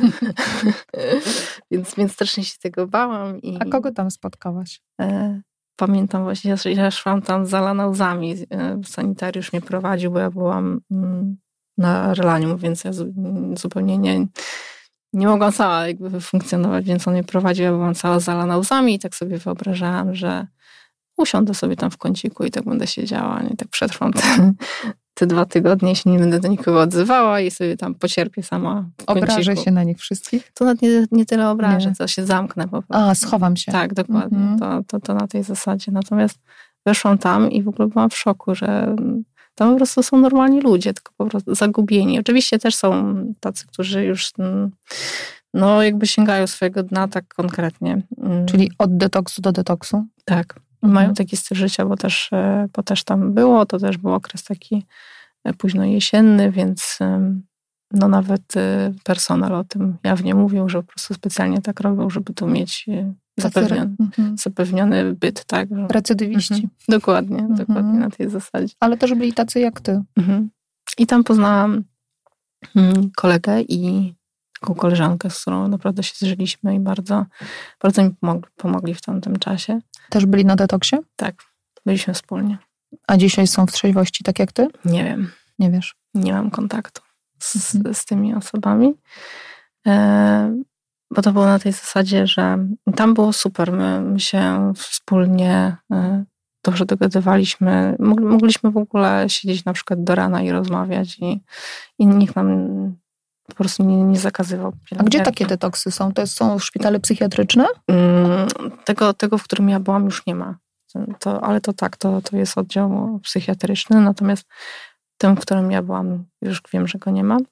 więc, więc strasznie się tego bałam. I, A kogo tam spotkałaś? E, pamiętam właśnie, ja, ja szłam tam zalana łzami. E, sanitariusz mnie prowadził, bo ja byłam mm, na relanium, więc ja zu, zupełnie nie... Nie mogłam sama jakby funkcjonować, więc on mnie prowadził, ja byłam cała zalana łzami i tak sobie wyobrażałam, że usiądę sobie tam w kąciku i tak będę siedziała, nie? Tak przetrwam te, te dwa tygodnie, się nie będę do nikogo odzywała i sobie tam pocierpię sama w Obrażę kąciku. się na nich wszystkich? To nawet nie, nie tyle obrażę, Nie. co się zamknę po prostu. A, schowam się. Tak, dokładnie. Mhm. To, to, to na tej zasadzie. Natomiast weszłam tam i w ogóle byłam w szoku, że tam po prostu są normalni ludzie, tylko po prostu zagubieni. Oczywiście też są tacy, którzy już no jakby sięgają swojego dna tak konkretnie. Czyli od detoksu do detoksu? Tak. Mhm. Mają taki styl życia, bo też, bo też tam było. To też był okres taki późno jesienny, więc no nawet personel o tym jawnie mówił, że po prostu specjalnie tak robił, żeby tu mieć zapewniony, mhm. zapewniony byt. Tak, że... Recydywiści. Mhm. Dokładnie, Mhm. dokładnie na tej zasadzie. Ale też byli tacy jak ty. Mhm. I tam poznałam kolegę i taką koleżankę, z którą naprawdę się zżyliśmy i bardzo, bardzo mi pomogli, pomogli w tamtym czasie. Też byli na detoksie? Tak, byliśmy wspólnie. A dzisiaj są w trzeźwości tak jak ty? Nie wiem. Nie wiesz. Nie mam kontaktu z, Mhm. z tymi osobami. E, bo to było na tej zasadzie, że tam było super. My, my się wspólnie e, dobrze dogadywaliśmy. Mogliśmy w ogóle siedzieć na przykład do rana i rozmawiać i, i nikt nam po prostu nie, nie zakazywał. A gdzie takie detoksy są? To są szpitale psychiatryczne? Tego, tego, w którym ja byłam, już nie ma. To, ale to tak, to, to jest oddział psychiatryczny, natomiast tym, w którym ja byłam, już wiem, że go nie ma.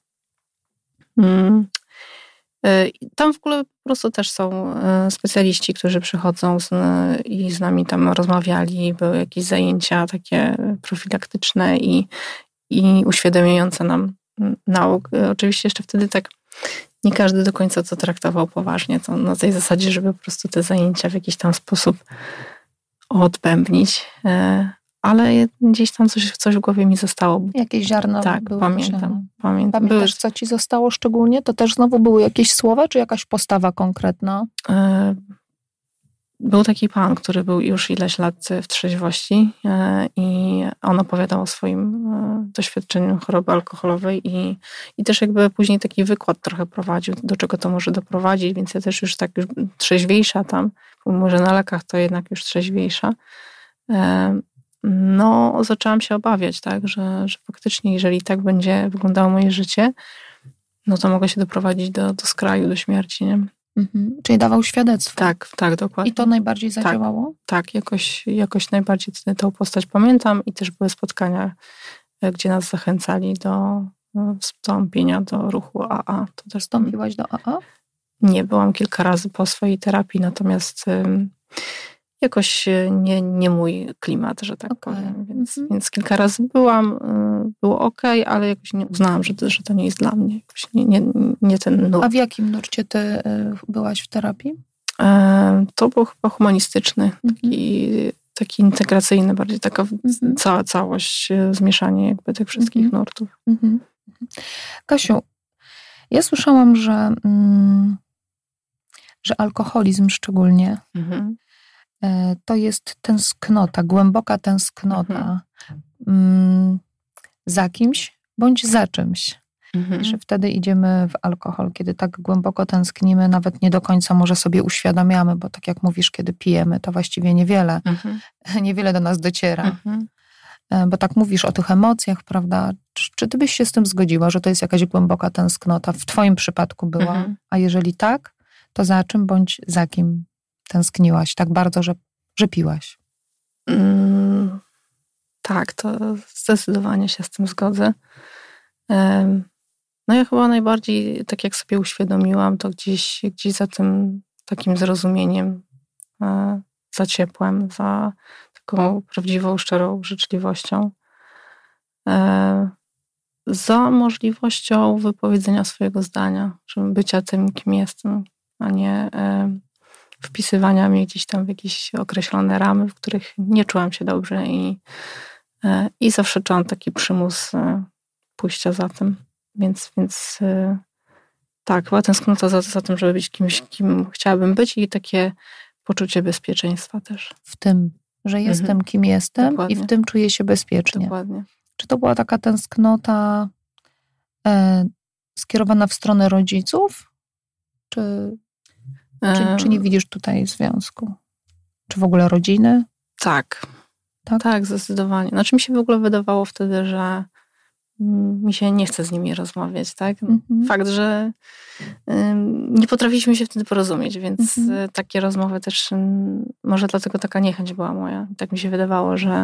Tam w ogóle po prostu też są specjaliści, którzy przychodzą z, i z nami tam rozmawiali, były jakieś zajęcia takie profilaktyczne i, i uświadamiające nam nauk. Oczywiście jeszcze wtedy tak nie każdy do końca to traktował poważnie, to na tej zasadzie, żeby po prostu te zajęcia w jakiś tam sposób odbębnić, ale gdzieś tam coś, coś w głowie mi zostało. Jakieś ziarno tak, było pamiętam, pamiętam. Pamiętasz, Były... co ci zostało szczególnie? To też znowu były jakieś słowa, czy jakaś postawa konkretna? Był taki pan, który był już ileś lat w trzeźwości i on opowiadał o swoim doświadczeniu choroby alkoholowej i, i też jakby później taki wykład trochę prowadził, do czego to może doprowadzić, więc ja też już tak już trzeźwiejsza tam, pomimo że na lekach to jednak już trzeźwiejsza, no zaczęłam się obawiać, tak, że, że faktycznie jeżeli tak będzie wyglądało moje życie, no to mogę się doprowadzić do, do skraju, do śmierci, nie? Mhm. Czyli dawał świadectwo. Tak, tak, dokładnie. I to najbardziej zadziałało? Tak, tak jakoś, jakoś najbardziej tę postać pamiętam i też były spotkania, gdzie nas zachęcali do wstąpienia do ruchu A A. To też Wstąpiłaś do A A? Nie, byłam kilka razy po swojej terapii, natomiast ym, jakoś nie, nie mój klimat, że tak okay. powiem. Więc, mm-hmm. więc kilka razy byłam, y, było okej, okay, ale jakoś nie uznałam, że to, że to nie jest dla mnie. Jakoś nie, nie, nie ten nurt. A w jakim nurcie ty y, byłaś w terapii? Y, to był chyba humanistyczny, mm-hmm. taki, taki integracyjny, bardziej taka mm-hmm. cała całość, zmieszanie jakby tych wszystkich mm-hmm. nurtów. Mm-hmm. Kasiu, ja słyszałam, że, mm, że alkoholizm szczególnie mm-hmm. to jest tęsknota, głęboka tęsknota mhm. za kimś bądź za czymś. Mhm. I że wtedy idziemy w alkohol, kiedy tak głęboko tęsknimy, nawet nie do końca może sobie uświadamiamy, bo tak jak mówisz, kiedy pijemy, to właściwie niewiele, mhm. niewiele do nas dociera. Mhm. Bo tak mówisz o tych emocjach, prawda? Czy, czy ty byś się z tym zgodziła, że to jest jakaś głęboka tęsknota? W twoim przypadku była. Mhm. A jeżeli tak, to za czym bądź za kim tęskniłaś tak bardzo, że, że piłaś? Mm, tak, to zdecydowanie się z tym zgodzę. Um, No ja chyba najbardziej, tak jak sobie uświadomiłam, to gdzieś, gdzieś za tym takim zrozumieniem, e, za ciepłem, za taką prawdziwą, szczerą życzliwością, e, za możliwością wypowiedzenia swojego zdania, żeby bycia tym, kim jestem, a nie e, wpisywania mnie gdzieś tam w jakieś określone ramy, w których nie czułam się dobrze i, e, i zawsze czułam taki przymus e, pójścia za tym. Więc, więc e, tak, chyba tęsknota za, za tym, żeby być kimś, kim chciałabym być i takie poczucie bezpieczeństwa też. W tym, że jestem, mhm. kim jestem Dokładnie. I w tym czuję się bezpiecznie. Dokładnie. Czy to była taka tęsknota e, skierowana w stronę rodziców? Czy, czy, czy nie widzisz tutaj związku? Czy w ogóle rodziny? Tak. Tak, tak zdecydowanie. Znaczy mi się w ogóle wydawało wtedy, że mi się nie chce z nimi rozmawiać, tak? Mm-hmm. Fakt, że um, nie potrafiliśmy się wtedy porozumieć, więc mm-hmm. takie rozmowy też, um, może dlatego taka niechęć była moja. Tak mi się wydawało, że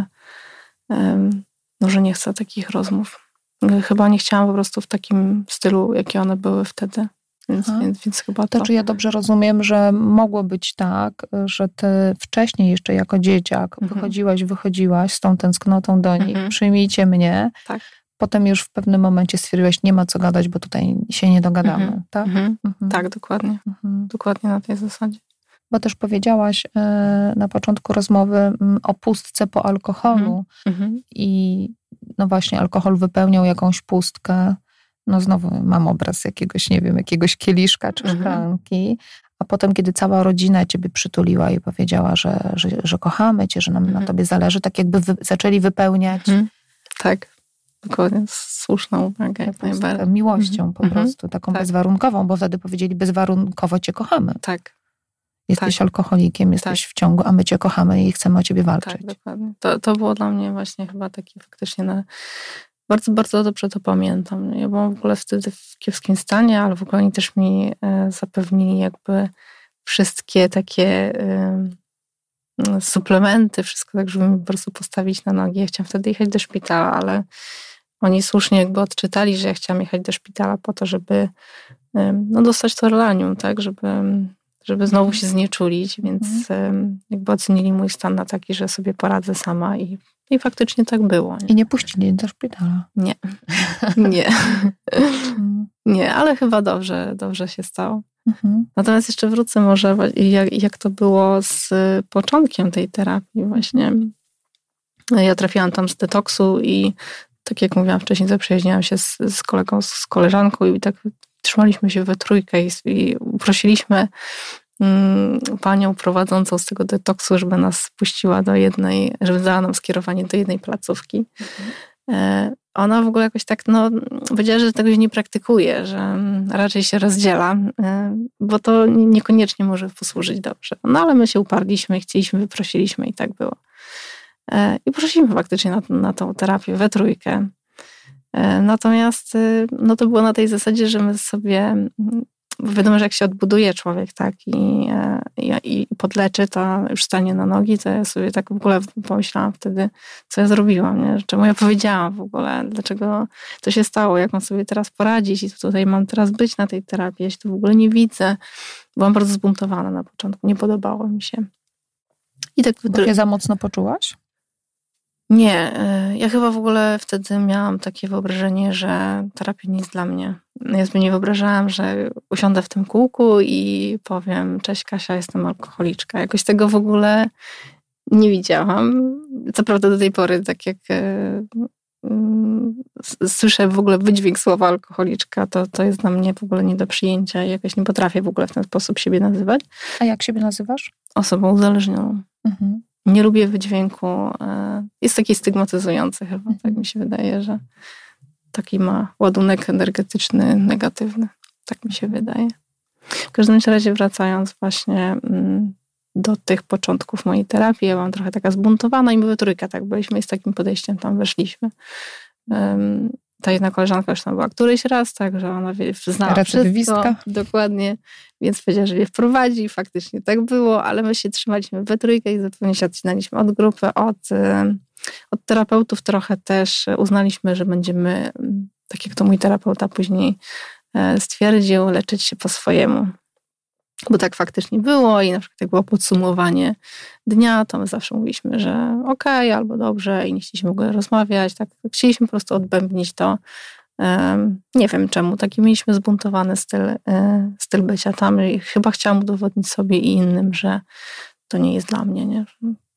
um, no, że nie chcę takich rozmów. Chyba nie chciałam po prostu w takim stylu, jakie one były wtedy. Więc, więc, więc chyba to... To czy ja dobrze rozumiem, że mogło być tak, że ty wcześniej jeszcze jako dzieciak mm-hmm. wychodziłaś, wychodziłaś z tą tęsknotą do nich, mm-hmm. przyjmijcie mnie. Tak. Potem już w pewnym momencie stwierdziłaś, nie ma co gadać, bo tutaj się nie dogadamy, mm-hmm. tak? Mm-hmm. Mm-hmm. Tak, dokładnie. Mm-hmm. Dokładnie na tej zasadzie. Bo też powiedziałaś y, na początku rozmowy y, o pustce po alkoholu mm-hmm. i no właśnie alkohol wypełniał jakąś pustkę. No znowu mam obraz jakiegoś, nie wiem, jakiegoś kieliszka czy mm-hmm. szklanki, a potem kiedy cała rodzina ciebie przytuliła i powiedziała, że, że, że kochamy cię, że nam mm-hmm. na tobie zależy, tak jakby wy, zaczęli wypełniać mm-hmm. tak. Dokładnie, słuszną uwagę, jak najbardziej. Miłością mm-hmm. po prostu, taką tak. bezwarunkową, bo wtedy powiedzieli, bezwarunkowo cię kochamy. Tak. Jesteś tak. alkoholikiem, jesteś tak. w ciągu, a my cię kochamy i chcemy o ciebie walczyć. Tak, dokładnie. To, to było dla mnie właśnie chyba takie faktycznie na... Bardzo, bardzo dobrze to pamiętam. Ja byłam w ogóle wtedy w kiepskim stanie, ale w ogóle oni też mi e, zapewnili jakby wszystkie takie... E, suplementy, wszystko tak, żeby mi po prostu postawić na nogi. Ja chciałam wtedy jechać do szpitala, ale oni słusznie jakby odczytali, że ja chciałam jechać do szpitala po to, żeby no, dostać to relanium, tak, żeby, żeby znowu się znieczulić, więc mm. jakby ocenili mój stan na taki, że sobie poradzę sama i, i faktycznie tak było. Nie? I nie puścili do szpitala? Nie. Nie. Nie, ale chyba dobrze, dobrze się stało. Mhm. Natomiast jeszcze wrócę może, jak, jak to było z początkiem tej terapii właśnie. Ja trafiłam tam z detoksu i tak jak mówiłam wcześniej, zaprzyjaźniłam się z, z kolegą, z koleżanką i tak trzymaliśmy się we trójkę i, i prosiliśmy mm, panią prowadzącą z tego detoksu, żeby nas puściła do jednej, żeby dała nam skierowanie do jednej placówki. Mhm. E, Ona w ogóle jakoś tak, no, powiedziała, że tego się nie praktykuje, że raczej się rozdziela, bo to niekoniecznie może posłużyć dobrze. No ale my się uparliśmy, chcieliśmy, wyprosiliśmy i tak było. I poszliśmy faktycznie na, na tą terapię we trójkę. Natomiast no to było na tej zasadzie, że my sobie, wiadomo, że jak się odbuduje człowiek, tak, i, i, i podleczy, to już stanie na nogi, to ja sobie tak w ogóle pomyślałam wtedy, co ja zrobiłam, nie? Czemu ja powiedziałam w ogóle, dlaczego to się stało, jak mam sobie teraz poradzić i tutaj mam teraz być na tej terapii, ja się tu w ogóle nie widzę. Byłam bardzo zbuntowana na początku, nie podobało mi się. I tak Bo się za mocno poczułaś? Nie, ja chyba w ogóle wtedy miałam takie wyobrażenie, że terapia nie jest dla mnie. Ja sobie nie wyobrażałam, że usiądę w tym kółku i powiem, cześć Kasia, jestem alkoholiczka. Jakoś tego w ogóle nie widziałam. Co prawda do tej pory, tak jak słyszę w ogóle wydźwięk słowa alkoholiczka, to, to jest dla mnie w ogóle nie do przyjęcia i jakoś nie potrafię w ogóle w ten sposób siebie nazywać. A jak siebie nazywasz? Osobą uzależnioną. Mhm. Nie lubię wydźwięku. Jest taki stygmatyzujący chyba, mhm. tak mi się wydaje, że taki ma ładunek energetyczny negatywny. Tak mi się wydaje. W każdym razie wracając właśnie do tych początków mojej terapii, ja byłam trochę taka zbuntowana i my we trójkę tak byliśmy i z takim podejściem tam weszliśmy. Ta jedna koleżanka już tam była któryś raz, tak, że ona znała wszystko. Dokładnie. Więc powiedziała, że mnie wprowadzi i faktycznie tak było, ale my się trzymaliśmy we trójkę i zupełnie się odcinaliśmy od grupy, od, od terapeutów trochę też. Uznaliśmy, że będziemy tak jak to mój terapeuta później stwierdził, leczyć się po swojemu. Bo tak faktycznie było i na przykład jak było podsumowanie dnia, to my zawsze mówiliśmy, że okej, okay, albo dobrze i nie chcieliśmy w ogóle rozmawiać. Tak, chcieliśmy po prostu odbębnić to. Um, nie wiem czemu. Taki mieliśmy zbuntowany styl, y, styl bycia tam i chyba chciałam udowodnić sobie i innym, że to nie jest dla mnie. Nie?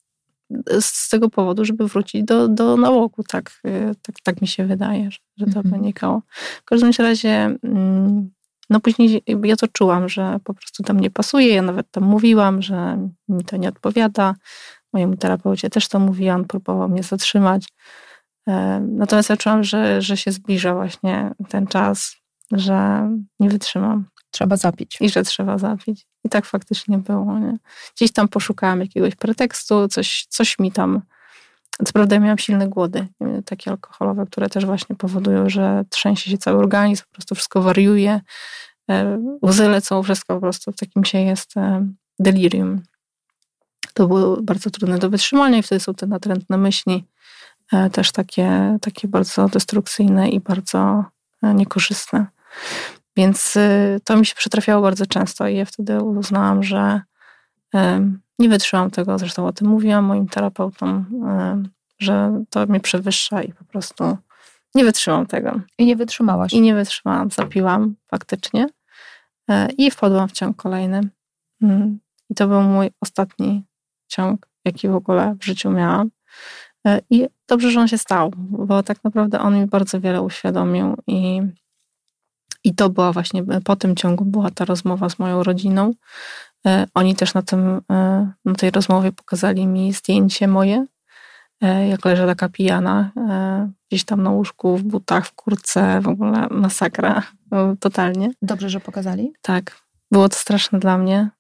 Z tego powodu, żeby wrócić do, do nałogu. Tak, y, tak, tak mi się wydaje, że, że to mm-hmm. wynikało. W każdym razie... Y, No później ja to czułam, że po prostu tam nie pasuje. Ja nawet tam mówiłam, że mi to nie odpowiada. Mojemu terapeucie też to mówiłam, próbował mnie zatrzymać. Natomiast ja czułam, że, że się zbliża właśnie ten czas, że nie wytrzymam. Trzeba zapić. I że trzeba zapić. I tak faktycznie było. Nie? Gdzieś tam poszukałam jakiegoś pretekstu, coś, coś mi tam... Co prawda ja miałam silne głody, takie alkoholowe, które też właśnie powodują, że trzęsie się cały organizm, po prostu wszystko wariuje, łzy lecą, wszystko po prostu w takim się jest delirium. To było bardzo trudne do wytrzymania i wtedy są te natrętne myśli, też takie, takie bardzo destrukcyjne i bardzo niekorzystne. Więc to mi się przytrafiało bardzo często i ja wtedy uznałam, że nie wytrzymam tego, zresztą o tym mówiłam moim terapeutom, że to mnie przewyższa i po prostu nie wytrzymam tego. I nie wytrzymałaś. I nie wytrzymałam, zapiłam faktycznie i wpadłam w ciąg kolejny. I to był mój ostatni ciąg, jaki w ogóle w życiu miałam. I dobrze, że on się stał, bo tak naprawdę on mi bardzo wiele uświadomił i, i to była właśnie, po tym ciągu była ta rozmowa z moją rodziną. Oni też na, tym, na tej rozmowie pokazali mi zdjęcie moje, jak leżę taka pijana, gdzieś tam na łóżku, w butach, w kurtce, w ogóle masakra, totalnie. Dobrze, że pokazali? Tak, było to straszne dla mnie,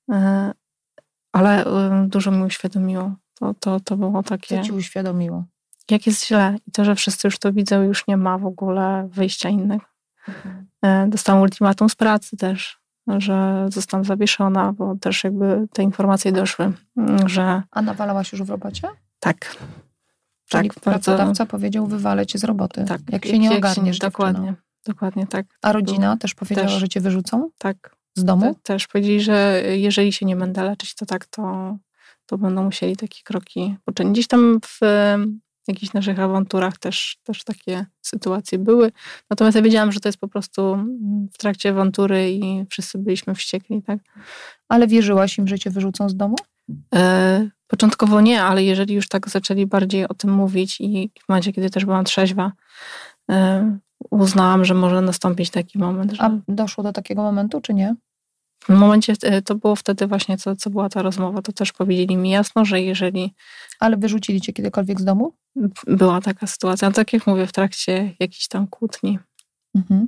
ale dużo mi uświadomiło. To, to, to było takie... Co ci uświadomiło? Jak jest źle i to, że wszyscy już to widzą, już nie ma w ogóle wyjścia innego. Mhm. Dostałam ultimatum z pracy też, że zostanę zawieszona, bo też jakby te informacje doszły, że... A nawalałaś już w robocie? Tak. Czyli tak, pracodawca bardzo... powiedział, wywalę cię z roboty. Tak. Jak się nie jak ogarniesz, się nie, Dokładnie, dokładnie tak. A rodzina też powiedziała, też, że cię wyrzucą? Tak. Z domu? Te, też powiedzieli, że jeżeli się nie będę leczyć, to tak, to, to będą musieli takie kroki poczynić. Gdzieś tam w jakichś naszych awanturach też, też takie sytuacje były. Natomiast ja wiedziałam, że to jest po prostu w trakcie awantury i wszyscy byliśmy wściekli, tak? Ale wierzyłaś im, że cię wyrzucą z domu? E, początkowo nie, ale jeżeli już tak zaczęli bardziej o tym mówić i w momencie, kiedy też byłam trzeźwa, e, uznałam, że może nastąpić taki moment. Że... A doszło do takiego momentu, czy nie? W momencie, to było wtedy właśnie, co, co była ta rozmowa, to też powiedzieli mi jasno, że jeżeli... Ale wyrzucili cię kiedykolwiek z domu? Była taka sytuacja, no tak jak mówię, w trakcie jakichś tam kłótni. Mhm.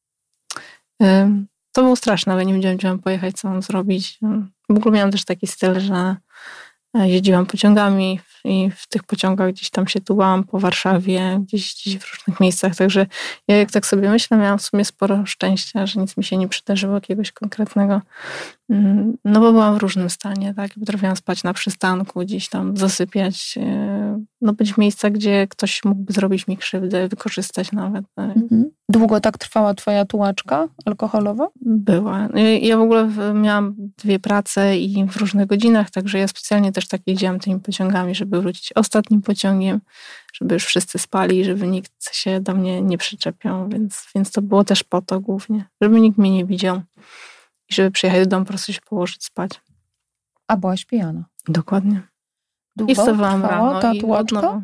To było straszne, ale nie wiedziałam, gdzie mam pojechać, co mam zrobić. W ogóle miałam też taki styl, że jeździłam pociągami i w tych pociągach gdzieś tam się tułam po Warszawie, gdzieś, gdzieś w różnych miejscach. Także ja jak tak sobie myślę, miałam w sumie sporo szczęścia, że nic mi się nie przydarzyło jakiegoś konkretnego. No bo byłam w różnym stanie, tak? Potrafiłam spać na przystanku, gdzieś tam zasypiać. No być w miejscach, gdzie ktoś mógłby zrobić mi krzywdę, wykorzystać nawet. Mhm. Długo tak trwała twoja tułaczka alkoholowa? Była. Ja w ogóle miałam dwie prace i w różnych godzinach, także ja specjalnie też tak jeździłam tymi pociągami, żeby wrócić ostatnim pociągiem, żeby już wszyscy spali, żeby nikt się do mnie nie przyczepiał, więc, więc to było też po to głównie, żeby nikt mnie nie widział i żeby przyjechać do domu, po prostu się położyć spać. A byłaś pijana? Dokładnie. Długo I wstawałam trwała rano ta i tułaczka?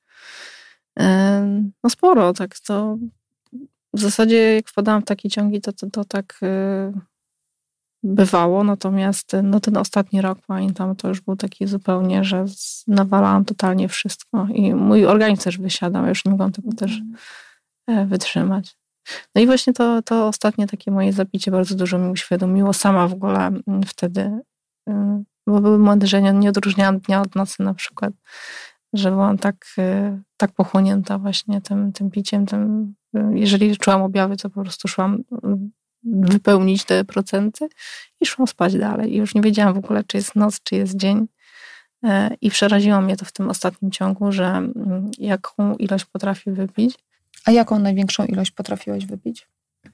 No sporo, tak to w zasadzie jak wpadałam w takie ciągi, to, to, to tak yy, bywało, natomiast no ten ostatni rok, pamiętam, to już był taki zupełnie, że nawalałam totalnie wszystko i mój organizm też wysiadał, ja już nie mogłam tego też yy, wytrzymać. No i właśnie to, to ostatnie takie moje zapicie bardzo dużo mi uświadomiło, sama w ogóle yy, wtedy, yy, bo były momenty, że nie, nie odróżniałam dnia od nocy na przykład, że byłam tak, yy, tak pochłonięta właśnie tym, tym piciem, tym jeżeli czułam objawy, to po prostu szłam wypełnić te procenty i szłam spać dalej. I już nie wiedziałam w ogóle, czy jest noc, czy jest dzień. I przeraziło mnie to w tym ostatnim ciągu, że jaką ilość potrafię wypić. A jaką największą ilość potrafiłaś wypić?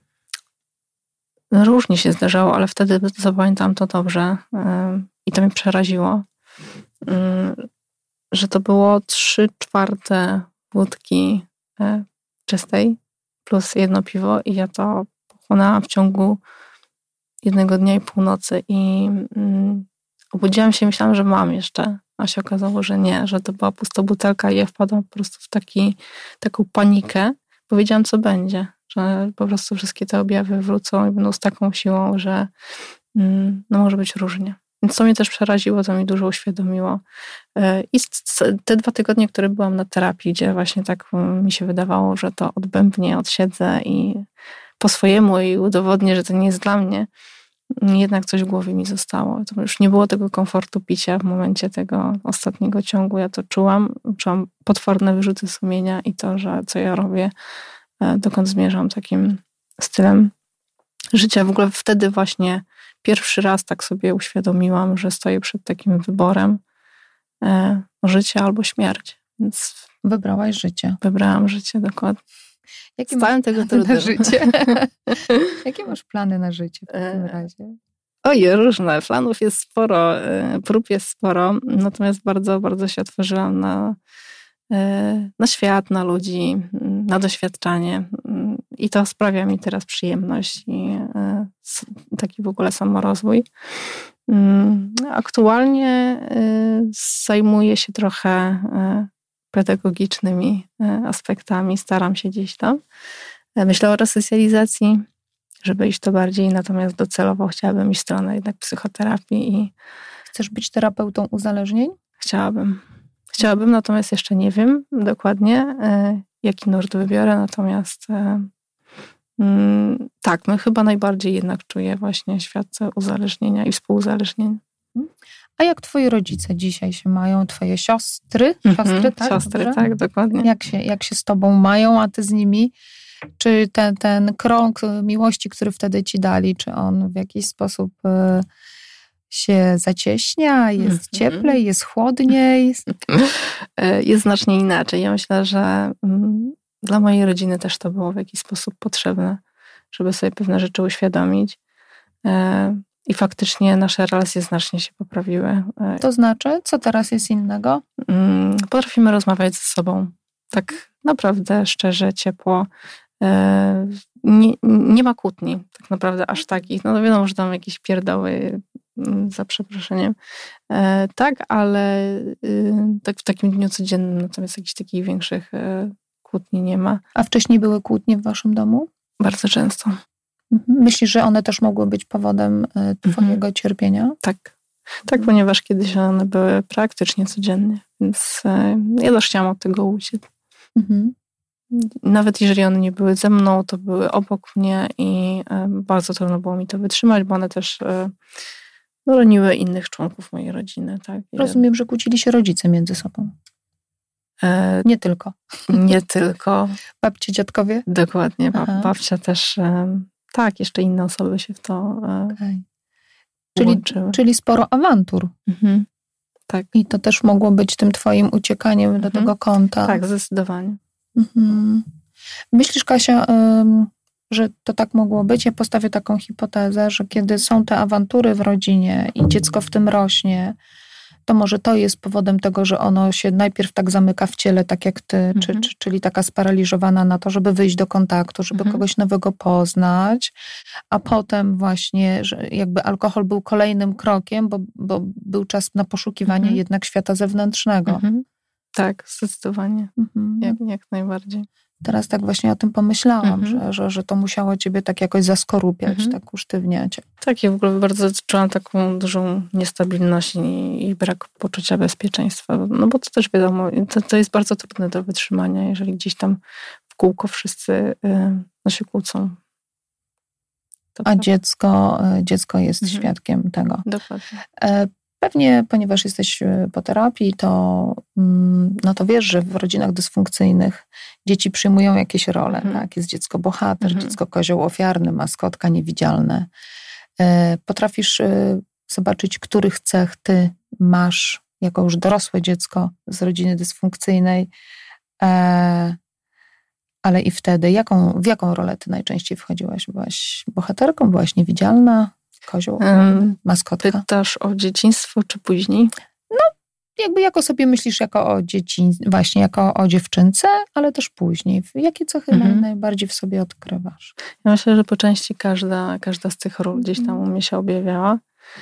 Różnie się zdarzało, ale wtedy zapamiętam to dobrze yy, i to mnie przeraziło, yy, że to było trzy czwarte wódki yy, czystej plus jedno piwo i ja to pochłonęłam w ciągu jednego dnia i północy i yy, obudziłam się i myślałam, że mam jeszcze, a się okazało, że nie, że to była pusta butelka i ja wpadłam po prostu w taki, taką panikę, bo wiedziałam, co będzie, że po prostu wszystkie te objawy wrócą i będą z taką siłą, że mm, no może być różnie. Więc to mnie też przeraziło, to mi dużo uświadomiło. I te dwa tygodnie, które byłam na terapii, gdzie właśnie tak mi się wydawało, że to odbębnie, odsiedzę i po swojemu i udowodnię, że to nie jest dla mnie, jednak coś w głowie mi zostało. To już nie było tego komfortu picia w momencie tego ostatniego ciągu. Ja to czułam. Czułam potworne wyrzuty sumienia i to, że co ja robię, dokąd zmierzam takim stylem życia. W ogóle wtedy właśnie pierwszy raz tak sobie uświadomiłam, że stoję przed takim wyborem e, życie albo śmierć. Więc wybrałaś życie. Wybrałam życie, dokładnie. Jakie masz tego plany na życie? Jakie masz plany na życie w takim razie? Ojej, różne. Planów jest sporo, prób jest sporo, natomiast bardzo, bardzo się otworzyłam na, na świat, na ludzi, na doświadczanie i to sprawia mi teraz przyjemność i taki w ogóle samorozwój. Aktualnie zajmuję się trochę pedagogicznymi aspektami, staram się gdzieś tam. Myślę o resocjalizacji, żeby iść to bardziej, natomiast docelowo chciałabym iść w stronę jednak psychoterapii. I chcesz być terapeutą uzależnień? Chciałabym. Chciałabym, natomiast jeszcze nie wiem dokładnie, jaki nurt wybiorę, natomiast tak, no chyba najbardziej jednak czuję właśnie świat uzależnienia i współuzależnień. A jak twoi rodzice dzisiaj się mają? Twoje siostry? Siostry, mhm, tak? Siostry, Dobrze? tak, dokładnie. Jak się, jak się z tobą mają, a ty z nimi? Czy ten, ten krąg miłości, który wtedy ci dali, czy on w jakiś sposób y, się zacieśnia? Jest mhm. cieplej? Jest chłodniej? Jest znacznie inaczej. Ja myślę, że mm, dla mojej rodziny też to było w jakiś sposób potrzebne, żeby sobie pewne rzeczy uświadomić. Y, I faktycznie nasze relacje znacznie się poprawiły. To znaczy, co teraz jest innego? Potrafimy rozmawiać ze sobą tak naprawdę szczerze, ciepło. Nie, nie ma kłótni tak naprawdę aż takich. No wiadomo, że tam jakieś pierdoły, za przeproszeniem. Tak, ale tak w takim dniu codziennym natomiast jakichś takich większych kłótni nie ma. A wcześniej były kłótnie w waszym domu? Bardzo często. Myślisz, że one też mogły być powodem twojego mhm. cierpienia? Tak. Tak, ponieważ kiedyś one były praktycznie codziennie, więc ja też chciałam od tego uciec. Mhm. Nawet jeżeli one nie były ze mną, to były obok mnie i bardzo trudno było mi to wytrzymać, bo one też no, raniły innych członków mojej rodziny. Tak? Rozumiem, że kłócili się rodzice między sobą. E, nie tylko. Nie tylko. Babcie, dziadkowie? Dokładnie. Bab, babcia też. Tak, jeszcze inne osoby się w to okay. czyli, czyli sporo awantur. Mhm. Tak. I to też mogło być tym twoim uciekaniem mhm. do tego kąta. Tak, zdecydowanie. Mhm. Myślisz, Kasia, ym, że to tak mogło być? Ja postawię taką hipotezę, że kiedy są te awantury w rodzinie i dziecko w tym rośnie, to może to jest powodem tego, że ono się najpierw tak zamyka w ciele, tak jak ty, mhm. czy, czy, czyli taka sparaliżowana na to, żeby wyjść do kontaktu, żeby mhm. kogoś nowego poznać, a potem właśnie, że jakby alkohol był kolejnym krokiem, bo, bo był czas na poszukiwanie mhm. jednak świata zewnętrznego. Mhm. Tak, zdecydowanie. Mhm. Jak, jak najbardziej. Teraz tak właśnie o tym pomyślałam, mhm. że, że, że to musiało ciebie tak jakoś zaskorupiać, mhm. tak usztywniać. Tak, ja w ogóle bardzo czułam taką dużą niestabilność i, i brak poczucia bezpieczeństwa. No bo to też wiadomo, to, to jest bardzo trudne do wytrzymania, jeżeli gdzieś tam w kółko wszyscy y, no się kłócą. To A dziecko, dziecko jest mhm. świadkiem tego. Dokładnie. E, Pewnie, ponieważ jesteś po terapii, to, no to wiesz, że w rodzinach dysfunkcyjnych dzieci przyjmują jakieś role. Mhm. Tak? Jest dziecko bohater, mhm. dziecko kozioł ofiarny, maskotka niewidzialne. Potrafisz zobaczyć, których cech ty masz jako już dorosłe dziecko z rodziny dysfunkcyjnej, Ale i wtedy, jaką, w jaką rolę ty najczęściej wchodziłaś? Byłaś bohaterką, byłaś niewidzialna, kozioł, um, maskotka? Pytasz o dzieciństwo czy później? No, jakby jako sobie myślisz jako o dzieci, właśnie jako o dziewczynce, ale też później. Jakie cechy mhm. najbardziej w sobie odkrywasz? Ja myślę, że po części każda, każda z tych ról gdzieś tam u mnie się objawiała.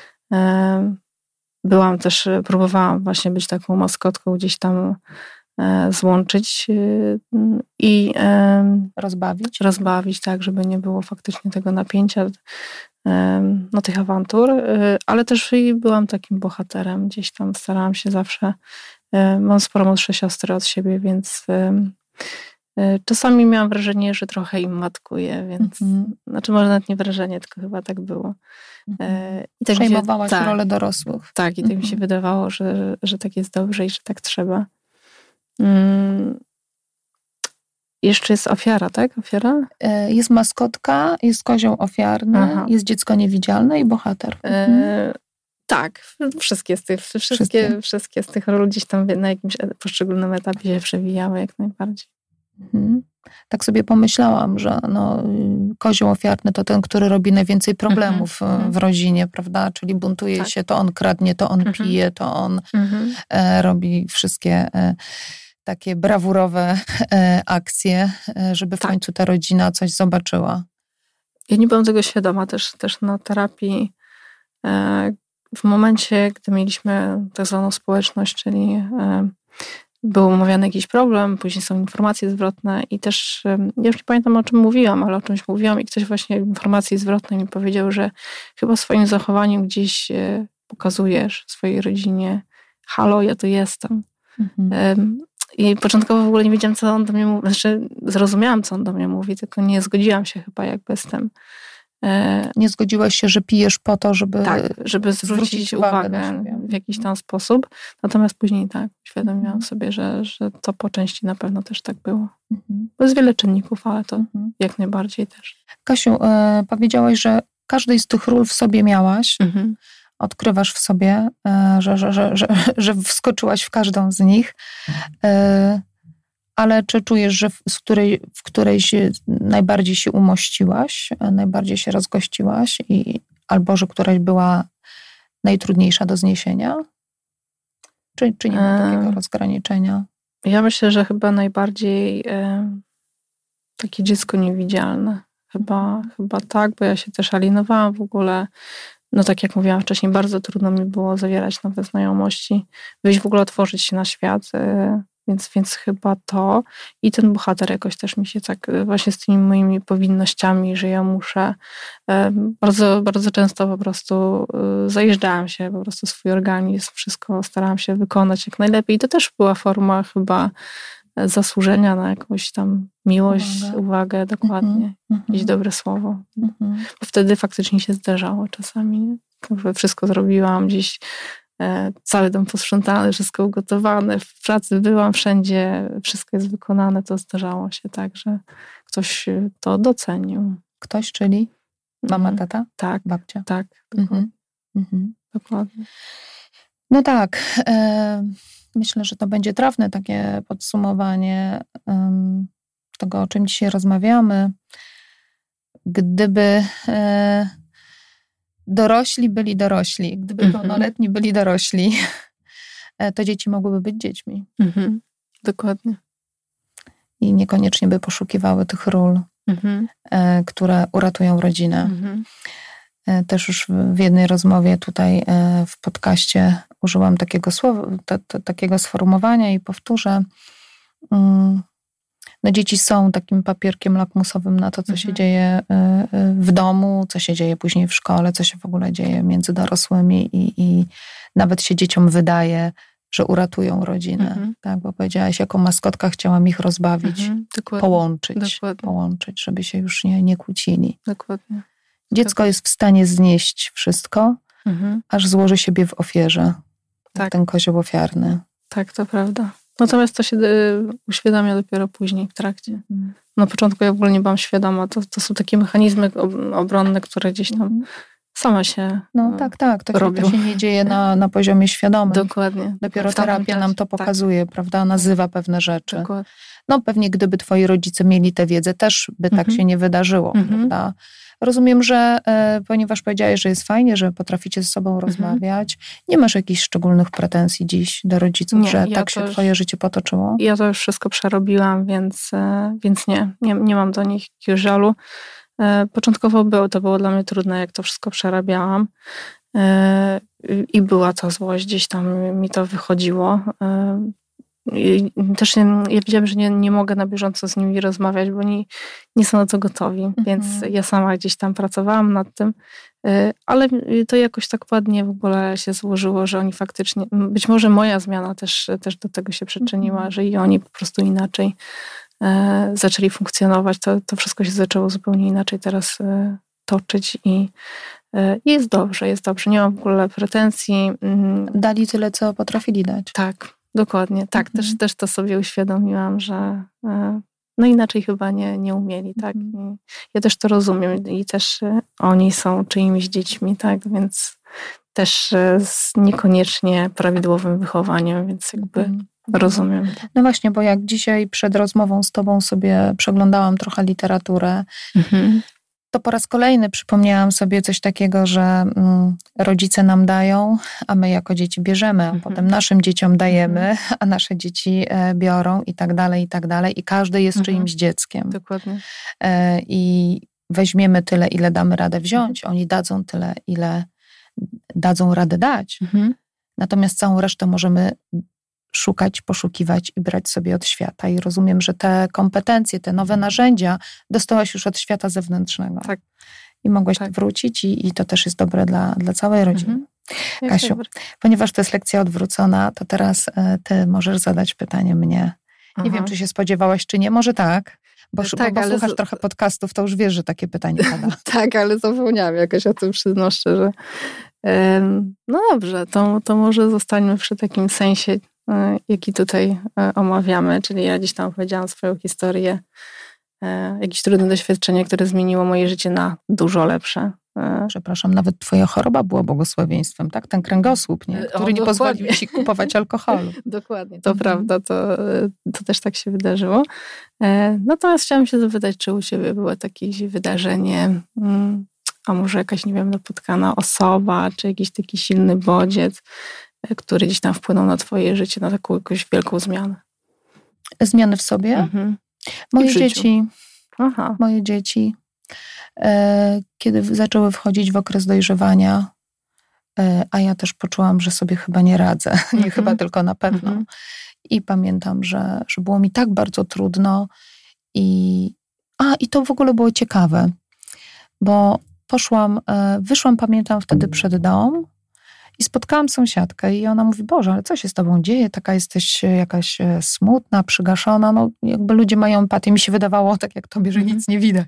Byłam też, próbowałam właśnie być taką maskotką, gdzieś tam złączyć i rozbawić. Rozbawić, tak, żeby nie było faktycznie tego napięcia, no tych awantur, ale też i byłam takim bohaterem. Gdzieś tam starałam się zawsze, mam sporo młodsze siostry od siebie, więc czasami miałam wrażenie, że trochę im matkuję, więc mm-hmm. znaczy może nawet nie wrażenie, tylko chyba tak było. Mm-hmm. I tak przejmowałaś tak, rolę dorosłych. Tak, i tak mm-hmm. mi się wydawało, że, że tak jest dobrze i że tak trzeba. Hmm. Jeszcze jest ofiara, tak? Ofiara? Jest maskotka, jest kozioł ofiarny, Aha. jest dziecko niewidzialne i bohater. Mhm. E, tak, wszystkie z tych, wszystkie, wszystkie. wszystkie z tych ról gdzieś tam na jakimś poszczególnym etapie się przewijały jak najbardziej. Mhm. Tak sobie pomyślałam, że no, kozioł ofiarny to ten, który robi najwięcej problemów mhm. w rodzinie, prawda? Czyli buntuje tak. się, to on kradnie, to on mhm. pije, to on mhm. e, robi wszystkie e, takie brawurowe e, akcje, e, żeby w tak. końcu ta rodzina coś zobaczyła. Ja nie byłam tego świadoma też, też na terapii. E, w momencie, gdy mieliśmy tak zwaną społeczność, czyli e, był omawiany jakiś problem, później są informacje zwrotne i też, ja już nie pamiętam o czym mówiłam, ale o czymś mówiłam i ktoś właśnie w informacji zwrotnej mi powiedział, że chyba swoim zachowaniem gdzieś pokazujesz swojej rodzinie, halo, ja tu jestem. Mhm. I początkowo w ogóle nie wiedziałam, co on do mnie mówi, znaczy zrozumiałam, co on do mnie mówi, tylko nie zgodziłam się chyba jakby z tym. Nie zgodziłaś się, że pijesz po to, żeby tak, żeby zwrócić, zwrócić uwagę, uwagę w jakiś tam sposób. Natomiast później tak, uświadomiłam mhm. sobie, że, że to po części na pewno też tak było. Mhm. Bo jest wiele czynników, ale to mhm. jak najbardziej też. Kasiu, e, powiedziałaś, że każdej z tych ról w sobie miałaś. Mhm. Odkrywasz w sobie, e, że, że, że, że, że wskoczyłaś w każdą z nich. E, ale czy czujesz, że w, z której, w której się najbardziej się umościłaś, najbardziej się rozgościłaś i, albo że któraś była najtrudniejsza do zniesienia? Czy, czy nie ma takiego e, rozgraniczenia? Ja myślę, że chyba najbardziej e, takie dziecko niewidzialne. Chyba, chyba tak, bo ja się też alienowałam w ogóle. No tak jak mówiłam wcześniej, bardzo trudno mi było zawierać nowe znajomości, wyjść w ogóle, otworzyć się na świat. E, Więc, więc chyba to i ten bohater jakoś też mi się tak właśnie z tymi moimi powinnościami, że ja muszę, bardzo, bardzo często po prostu zajeżdżałam się po prostu swój organizm, wszystko starałam się wykonać jak najlepiej. I to też była forma chyba zasłużenia na jakąś tam miłość, uwagę, uwagę dokładnie, mm-hmm. jakieś dobre słowo. Mm-hmm. Bo wtedy faktycznie się zdarzało czasami. Nie? Wszystko zrobiłam gdzieś, cały dom posprzątany, wszystko ugotowane, w pracy byłam, wszędzie wszystko jest wykonane, to zdarzało się tak, że ktoś to docenił. Ktoś, czyli mama, tata? Tak. Babcia? Tak, dokładnie. Mhm. dokładnie. No tak, e, myślę, że to będzie trafne takie podsumowanie um, tego, o czym dzisiaj rozmawiamy. Gdyby e, dorośli byli dorośli, gdyby mm-hmm. pełnoletni byli dorośli, to dzieci mogłyby być dziećmi. Mm-hmm. Dokładnie. I niekoniecznie by poszukiwały tych ról, mm-hmm. e, które uratują rodzinę. Mm-hmm. E, też już w jednej rozmowie tutaj e, w podcaście użyłam takiego słowa, t, t, takiego sformułowania i powtórzę. Mm, no dzieci są takim papierkiem lakmusowym na to, co mm-hmm. się dzieje w domu, co się dzieje później w szkole, co się w ogóle dzieje między dorosłymi i, i nawet się dzieciom wydaje, że uratują rodzinę. Mm-hmm. Tak, bo powiedziałaś, jako maskotka chciałam ich rozbawić, mm-hmm. połączyć, Dokładnie. połączyć, żeby się już nie, nie kłócili. Dokładnie. Dziecko tak. jest w stanie znieść wszystko, mm-hmm. aż złoży siebie w ofierze. Tak. Ten kozioł ofiarny. Tak, to prawda. Natomiast to się uświadamia dopiero później, w trakcie. Mm. Na początku ja w ogóle nie byłam świadoma. To, to są takie mechanizmy obronne, które gdzieś tam mm. sama się No tak, tak. To się, to robią. się nie dzieje na, na poziomie świadomym. Dokładnie. Dopiero W tamtym terapia czasie, nam to pokazuje, tak. prawda? Nazywa pewne rzeczy. Dokładnie. No pewnie gdyby twoi rodzice mieli tę wiedzę, też by tak Mhm. się nie wydarzyło, Mhm. prawda? Rozumiem, że e, ponieważ powiedziałeś, że jest fajnie, że potraficie ze sobą Mhm. rozmawiać, nie masz jakichś szczególnych pretensji dziś do rodziców, Nie, że ja tak się też- twoje życie potoczyło? Ja to już wszystko przerobiłam, więc, e, więc nie, nie, nie mam do nich jakiegoś żalu. E, Początkowo było, to było dla mnie trudne, jak to wszystko przerabiałam. E, I była ta złość, gdzieś tam mi to wychodziło. E, i Też nie, ja wiedziałam, że nie, nie mogę na bieżąco z nimi rozmawiać, bo oni nie są na to gotowi, więc ja sama gdzieś tam pracowałam nad tym, e, ale to jakoś tak ładnie w ogóle się złożyło, że oni faktycznie, być może moja zmiana też, też do tego się przyczyniła, Mhm. że i oni po prostu inaczej e, zaczęli funkcjonować. To, to wszystko się zaczęło zupełnie inaczej teraz e, toczyć i e, jest dobrze, jest dobrze. Nie mam w ogóle pretensji. Mm, Dali tyle, co potrafili dać. tak, dokładnie. Tak, Mhm. też, też to sobie uświadomiłam, że e, no inaczej chyba nie, nie umieli, tak. Mhm. I ja też to rozumiem i też e, oni są czyimiś dziećmi, tak, więc też e, z niekoniecznie prawidłowym wychowaniem, więc jakby Mhm. rozumiem. No właśnie, bo jak dzisiaj przed rozmową z tobą sobie przeglądałam trochę literaturę, Mhm. to po raz kolejny przypomniałam sobie coś takiego, że mm, rodzice nam dają, a my jako dzieci bierzemy, a Mhm. potem naszym dzieciom dajemy, a nasze dzieci e, biorą i tak dalej, i tak dalej. I każdy jest Mhm. czyimś dzieckiem. Dokładnie. E, I weźmiemy tyle, ile damy radę wziąć. Oni dadzą tyle, ile dadzą radę dać. Mhm. Natomiast całą resztę możemy szukać, poszukiwać i brać sobie od świata. I rozumiem, że te kompetencje, te nowe narzędzia dostałaś już od świata zewnętrznego. Tak. I mogłaś Tak. tu wrócić i, i to też jest dobre dla, dla całej rodziny. Mhm. Jak Kasiu, najbardziej. ponieważ to jest lekcja odwrócona, to teraz e, ty możesz zadać pytanie mnie. Nie Aha. wiem, czy się spodziewałaś, czy nie. Może tak, bo, E, sz- tak, bo, bo ale słuchasz z- trochę podcastów, to już wiesz, że takie pytanie pada. Tak, ale zapomniałam jakoś o tym, przyznam szczerze. Em, No dobrze, to, to może zostańmy przy takim sensie, e, jaki tutaj e, omawiamy, czyli ja gdzieś tam opowiedziałam swoją historię, e, jakieś trudne doświadczenie, które zmieniło moje życie na dużo lepsze. E, Przepraszam, nawet twoja choroba była błogosławieństwem, tak? Ten kręgosłup, nie? E, o, Który nie pozwolił dokładnie. ci kupować alkoholu. Dokładnie, to Mhm. prawda, to, to też tak się wydarzyło. E, Natomiast chciałam się zapytać, czy u ciebie było jakieś wydarzenie, mm, a może jakaś, nie wiem, napotkana osoba, czy jakiś taki silny bodziec, e, który gdzieś tam wpłynął na twoje życie, na taką jakąś wielką zmianę. Zmiany w sobie. Mhm. Moje w życiu. dzieci, Aha. moje dzieci, e, kiedy w- zaczęły wchodzić w okres dojrzewania, e, a ja też poczułam, że sobie chyba nie radzę. Nie Mhm. chyba, tylko na pewno. Mhm. I pamiętam, że, że było mi tak bardzo trudno i a, i to w ogóle było ciekawe, bo poszłam, e, wyszłam, pamiętam wtedy przed dom i spotkałam sąsiadkę i ona mówi, Boże, ale co się z tobą dzieje? Taka jesteś e, jakaś e, smutna, przygaszona. No jakby ludzie mają empatię. Mi się wydawało tak jak tobie, że Mhm. nic nie widać.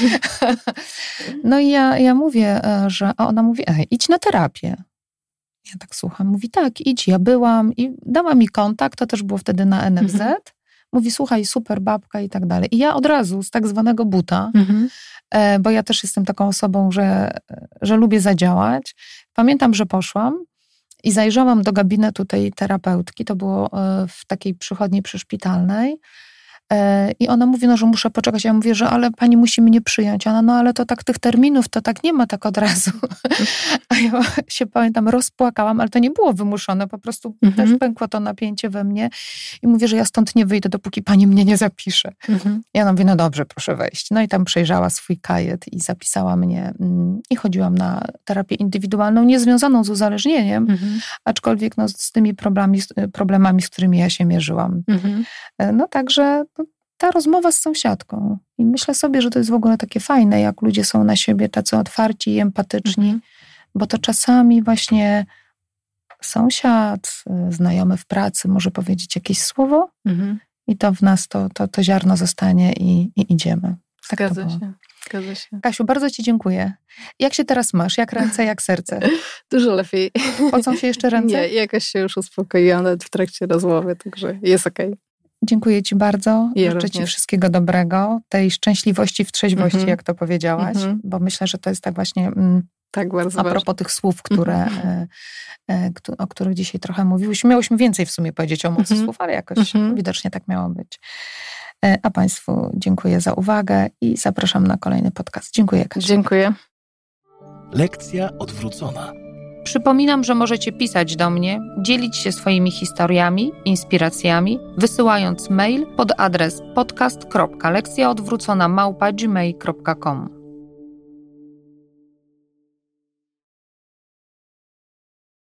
No i ja, ja mówię, e, że, a ona mówi, ej, idź na terapię. Ja tak słucham, mówi tak, idź, ja byłam i dała mi kontakt, to też było wtedy na N F Z. Mhm. Mówi, słuchaj, super babka i tak dalej. I ja od razu z tak zwanego buta, Mhm. e, bo ja też jestem taką osobą, że, że lubię zadziałać. Pamiętam, że poszłam i zajrzałam do gabinetu tej terapeutki, to było e, w takiej przychodni przyszpitalnej. E, I ona mówi, no, że muszę poczekać. Ja mówię, że ale pani musi mnie przyjąć. Ona, no ale to tak tych terminów, to tak nie ma tak od razu. A ja się pamiętam, rozpłakałam, ale to nie było wymuszone, po prostu Mhm. też pękło to napięcie we mnie. I mówię, że ja stąd nie wyjdę, dopóki pani mnie nie zapisze. Mhm. Ja ona mówi, no dobrze, proszę wejść. No i tam przejrzała swój kajet i zapisała mnie mm, i chodziłam na terapię indywidualną, niezwiązaną z uzależnieniem, Mhm. aczkolwiek no, z tymi problemami, z- problemami, z którymi ja się mierzyłam. Mhm. E, No także no, ta rozmowa z sąsiadką. I myślę sobie, że to jest w ogóle takie fajne, jak ludzie są na siebie tacy otwarci i empatyczni, Mhm. bo to czasami właśnie sąsiad, y, znajomy w pracy może powiedzieć jakieś słowo Mhm. i to w nas to, to, to ziarno zostanie i, i idziemy. Tak to Zgadza było. się, zgadza się. Kasiu, bardzo ci dziękuję. Jak się teraz masz? Jak ręce, jak serce? Dużo lepiej. Pocą się jeszcze ręce? Nie, jakoś się już uspokoiłam nawet w trakcie rozmowy, także jest okej. Dziękuję ci bardzo. Ja Życzę ci również. wszystkiego dobrego, tej szczęśliwości w trzeźwości, Mhm. jak to powiedziałaś, Mhm. bo myślę, że to jest tak właśnie mm, Tak, bardzo A propos ważne. tych słów, które, mhm. e, e, o których dzisiaj trochę mówiłyśmy. Miałyśmy więcej w sumie powiedzieć o mocy mhm. słów, ale jakoś mhm. widocznie tak miało być. E, a Państwu dziękuję za uwagę i zapraszam na kolejny podcast. Dziękuję, Kasia. Dziękuję. Lekcja odwrócona. Przypominam, że możecie pisać do mnie, dzielić się swoimi historiami, inspiracjami, wysyłając mail pod adres podcast kropka lekcja odwrócona małpa gmail kropka com.